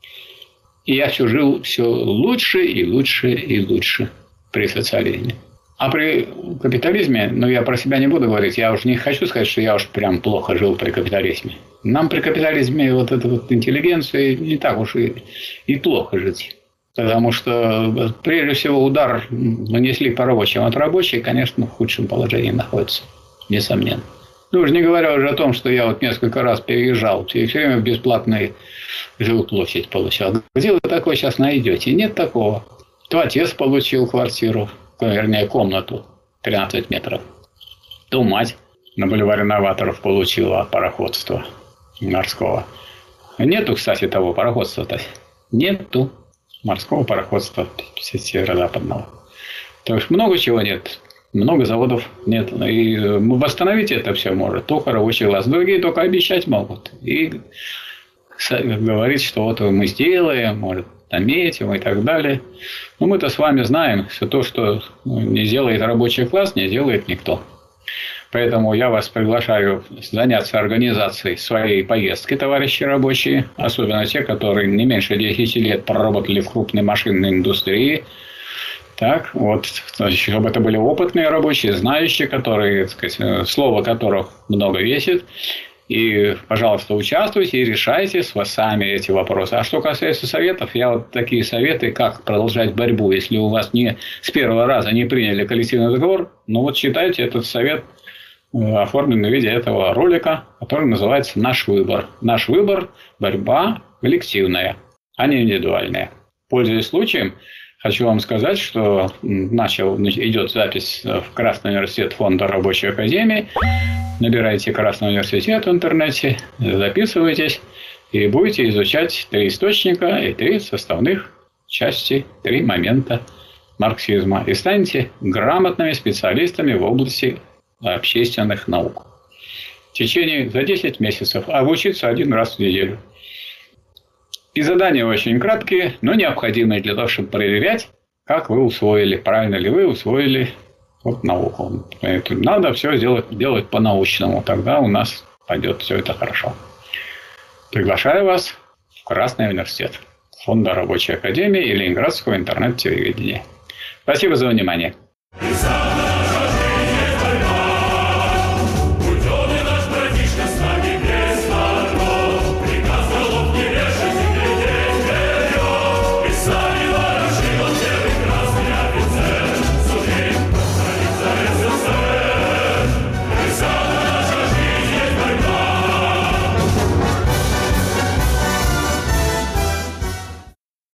И я все жил все лучше и лучше и лучше при социализме. А при капитализме, ну я про себя не буду говорить, я уж не хочу сказать, что я уж прям плохо жил при капитализме. Нам при капитализме вот эта вот интеллигенция не так уж и, и плохо жить. Потому что, прежде всего, удар нанесли по рабочим. От рабочие, конечно, в худшем положении находятся. Несомненно. Ну, уже не говоря уже о том, что я вот несколько раз переезжал, и все время в бесплатную жилплощадь получал. Где вы такое сейчас найдете? Нет такого. То отец получил квартиру, вернее, комнату тринадцать метров. То мать на бульваре Новаторов получила пароходство морского. Нету, кстати, того пароходства-то. Нету морского пароходства северо-западного. То есть много чего нет. Много заводов нет. И восстановить это все может только рабочий класс. Другие только обещать могут. И говорить, что вот мы сделаем, может, наметим и так далее. Но мы-то с вами знаем, что то, что не сделает рабочий класс, не сделает никто. Поэтому я вас приглашаю заняться организацией своей поездки, товарищи рабочие. Особенно те, которые не меньше десяти лет проработали в крупной машинной индустрии. Так, вот, значит, чтобы это были опытные рабочие, знающие, которые, так сказать, слово которых много весит. И, пожалуйста, участвуйте и решайте с вас сами эти вопросы. А что касается советов, я вот такие советы, как продолжать борьбу, если у вас не с первого раза не приняли коллективный договор, ну вот читайте этот совет, оформленный в виде этого ролика, который называется «Наш выбор». Наш выбор – борьба коллективная, а не индивидуальная. Пользуясь случаем, хочу вам сказать, что начал, идет запись в Красный университет Фонда Рабочей Академии. Набирайте Красный университет в интернете, записывайтесь и будете изучать три источника и три составных части, три момента марксизма. И станете грамотными специалистами в области общественных наук. В течение за десять месяцев, а учиться один раз в неделю. И задания очень краткие, но необходимые для того, чтобы проверять, как вы усвоили, правильно ли вы усвоили вот науку. Поэтому надо все сделать, делать по-научному, тогда у нас пойдет все это хорошо. Приглашаю вас в Красный университет Фонда Рабочей Академии и Ленинградского интернет-телевидения. Спасибо за внимание.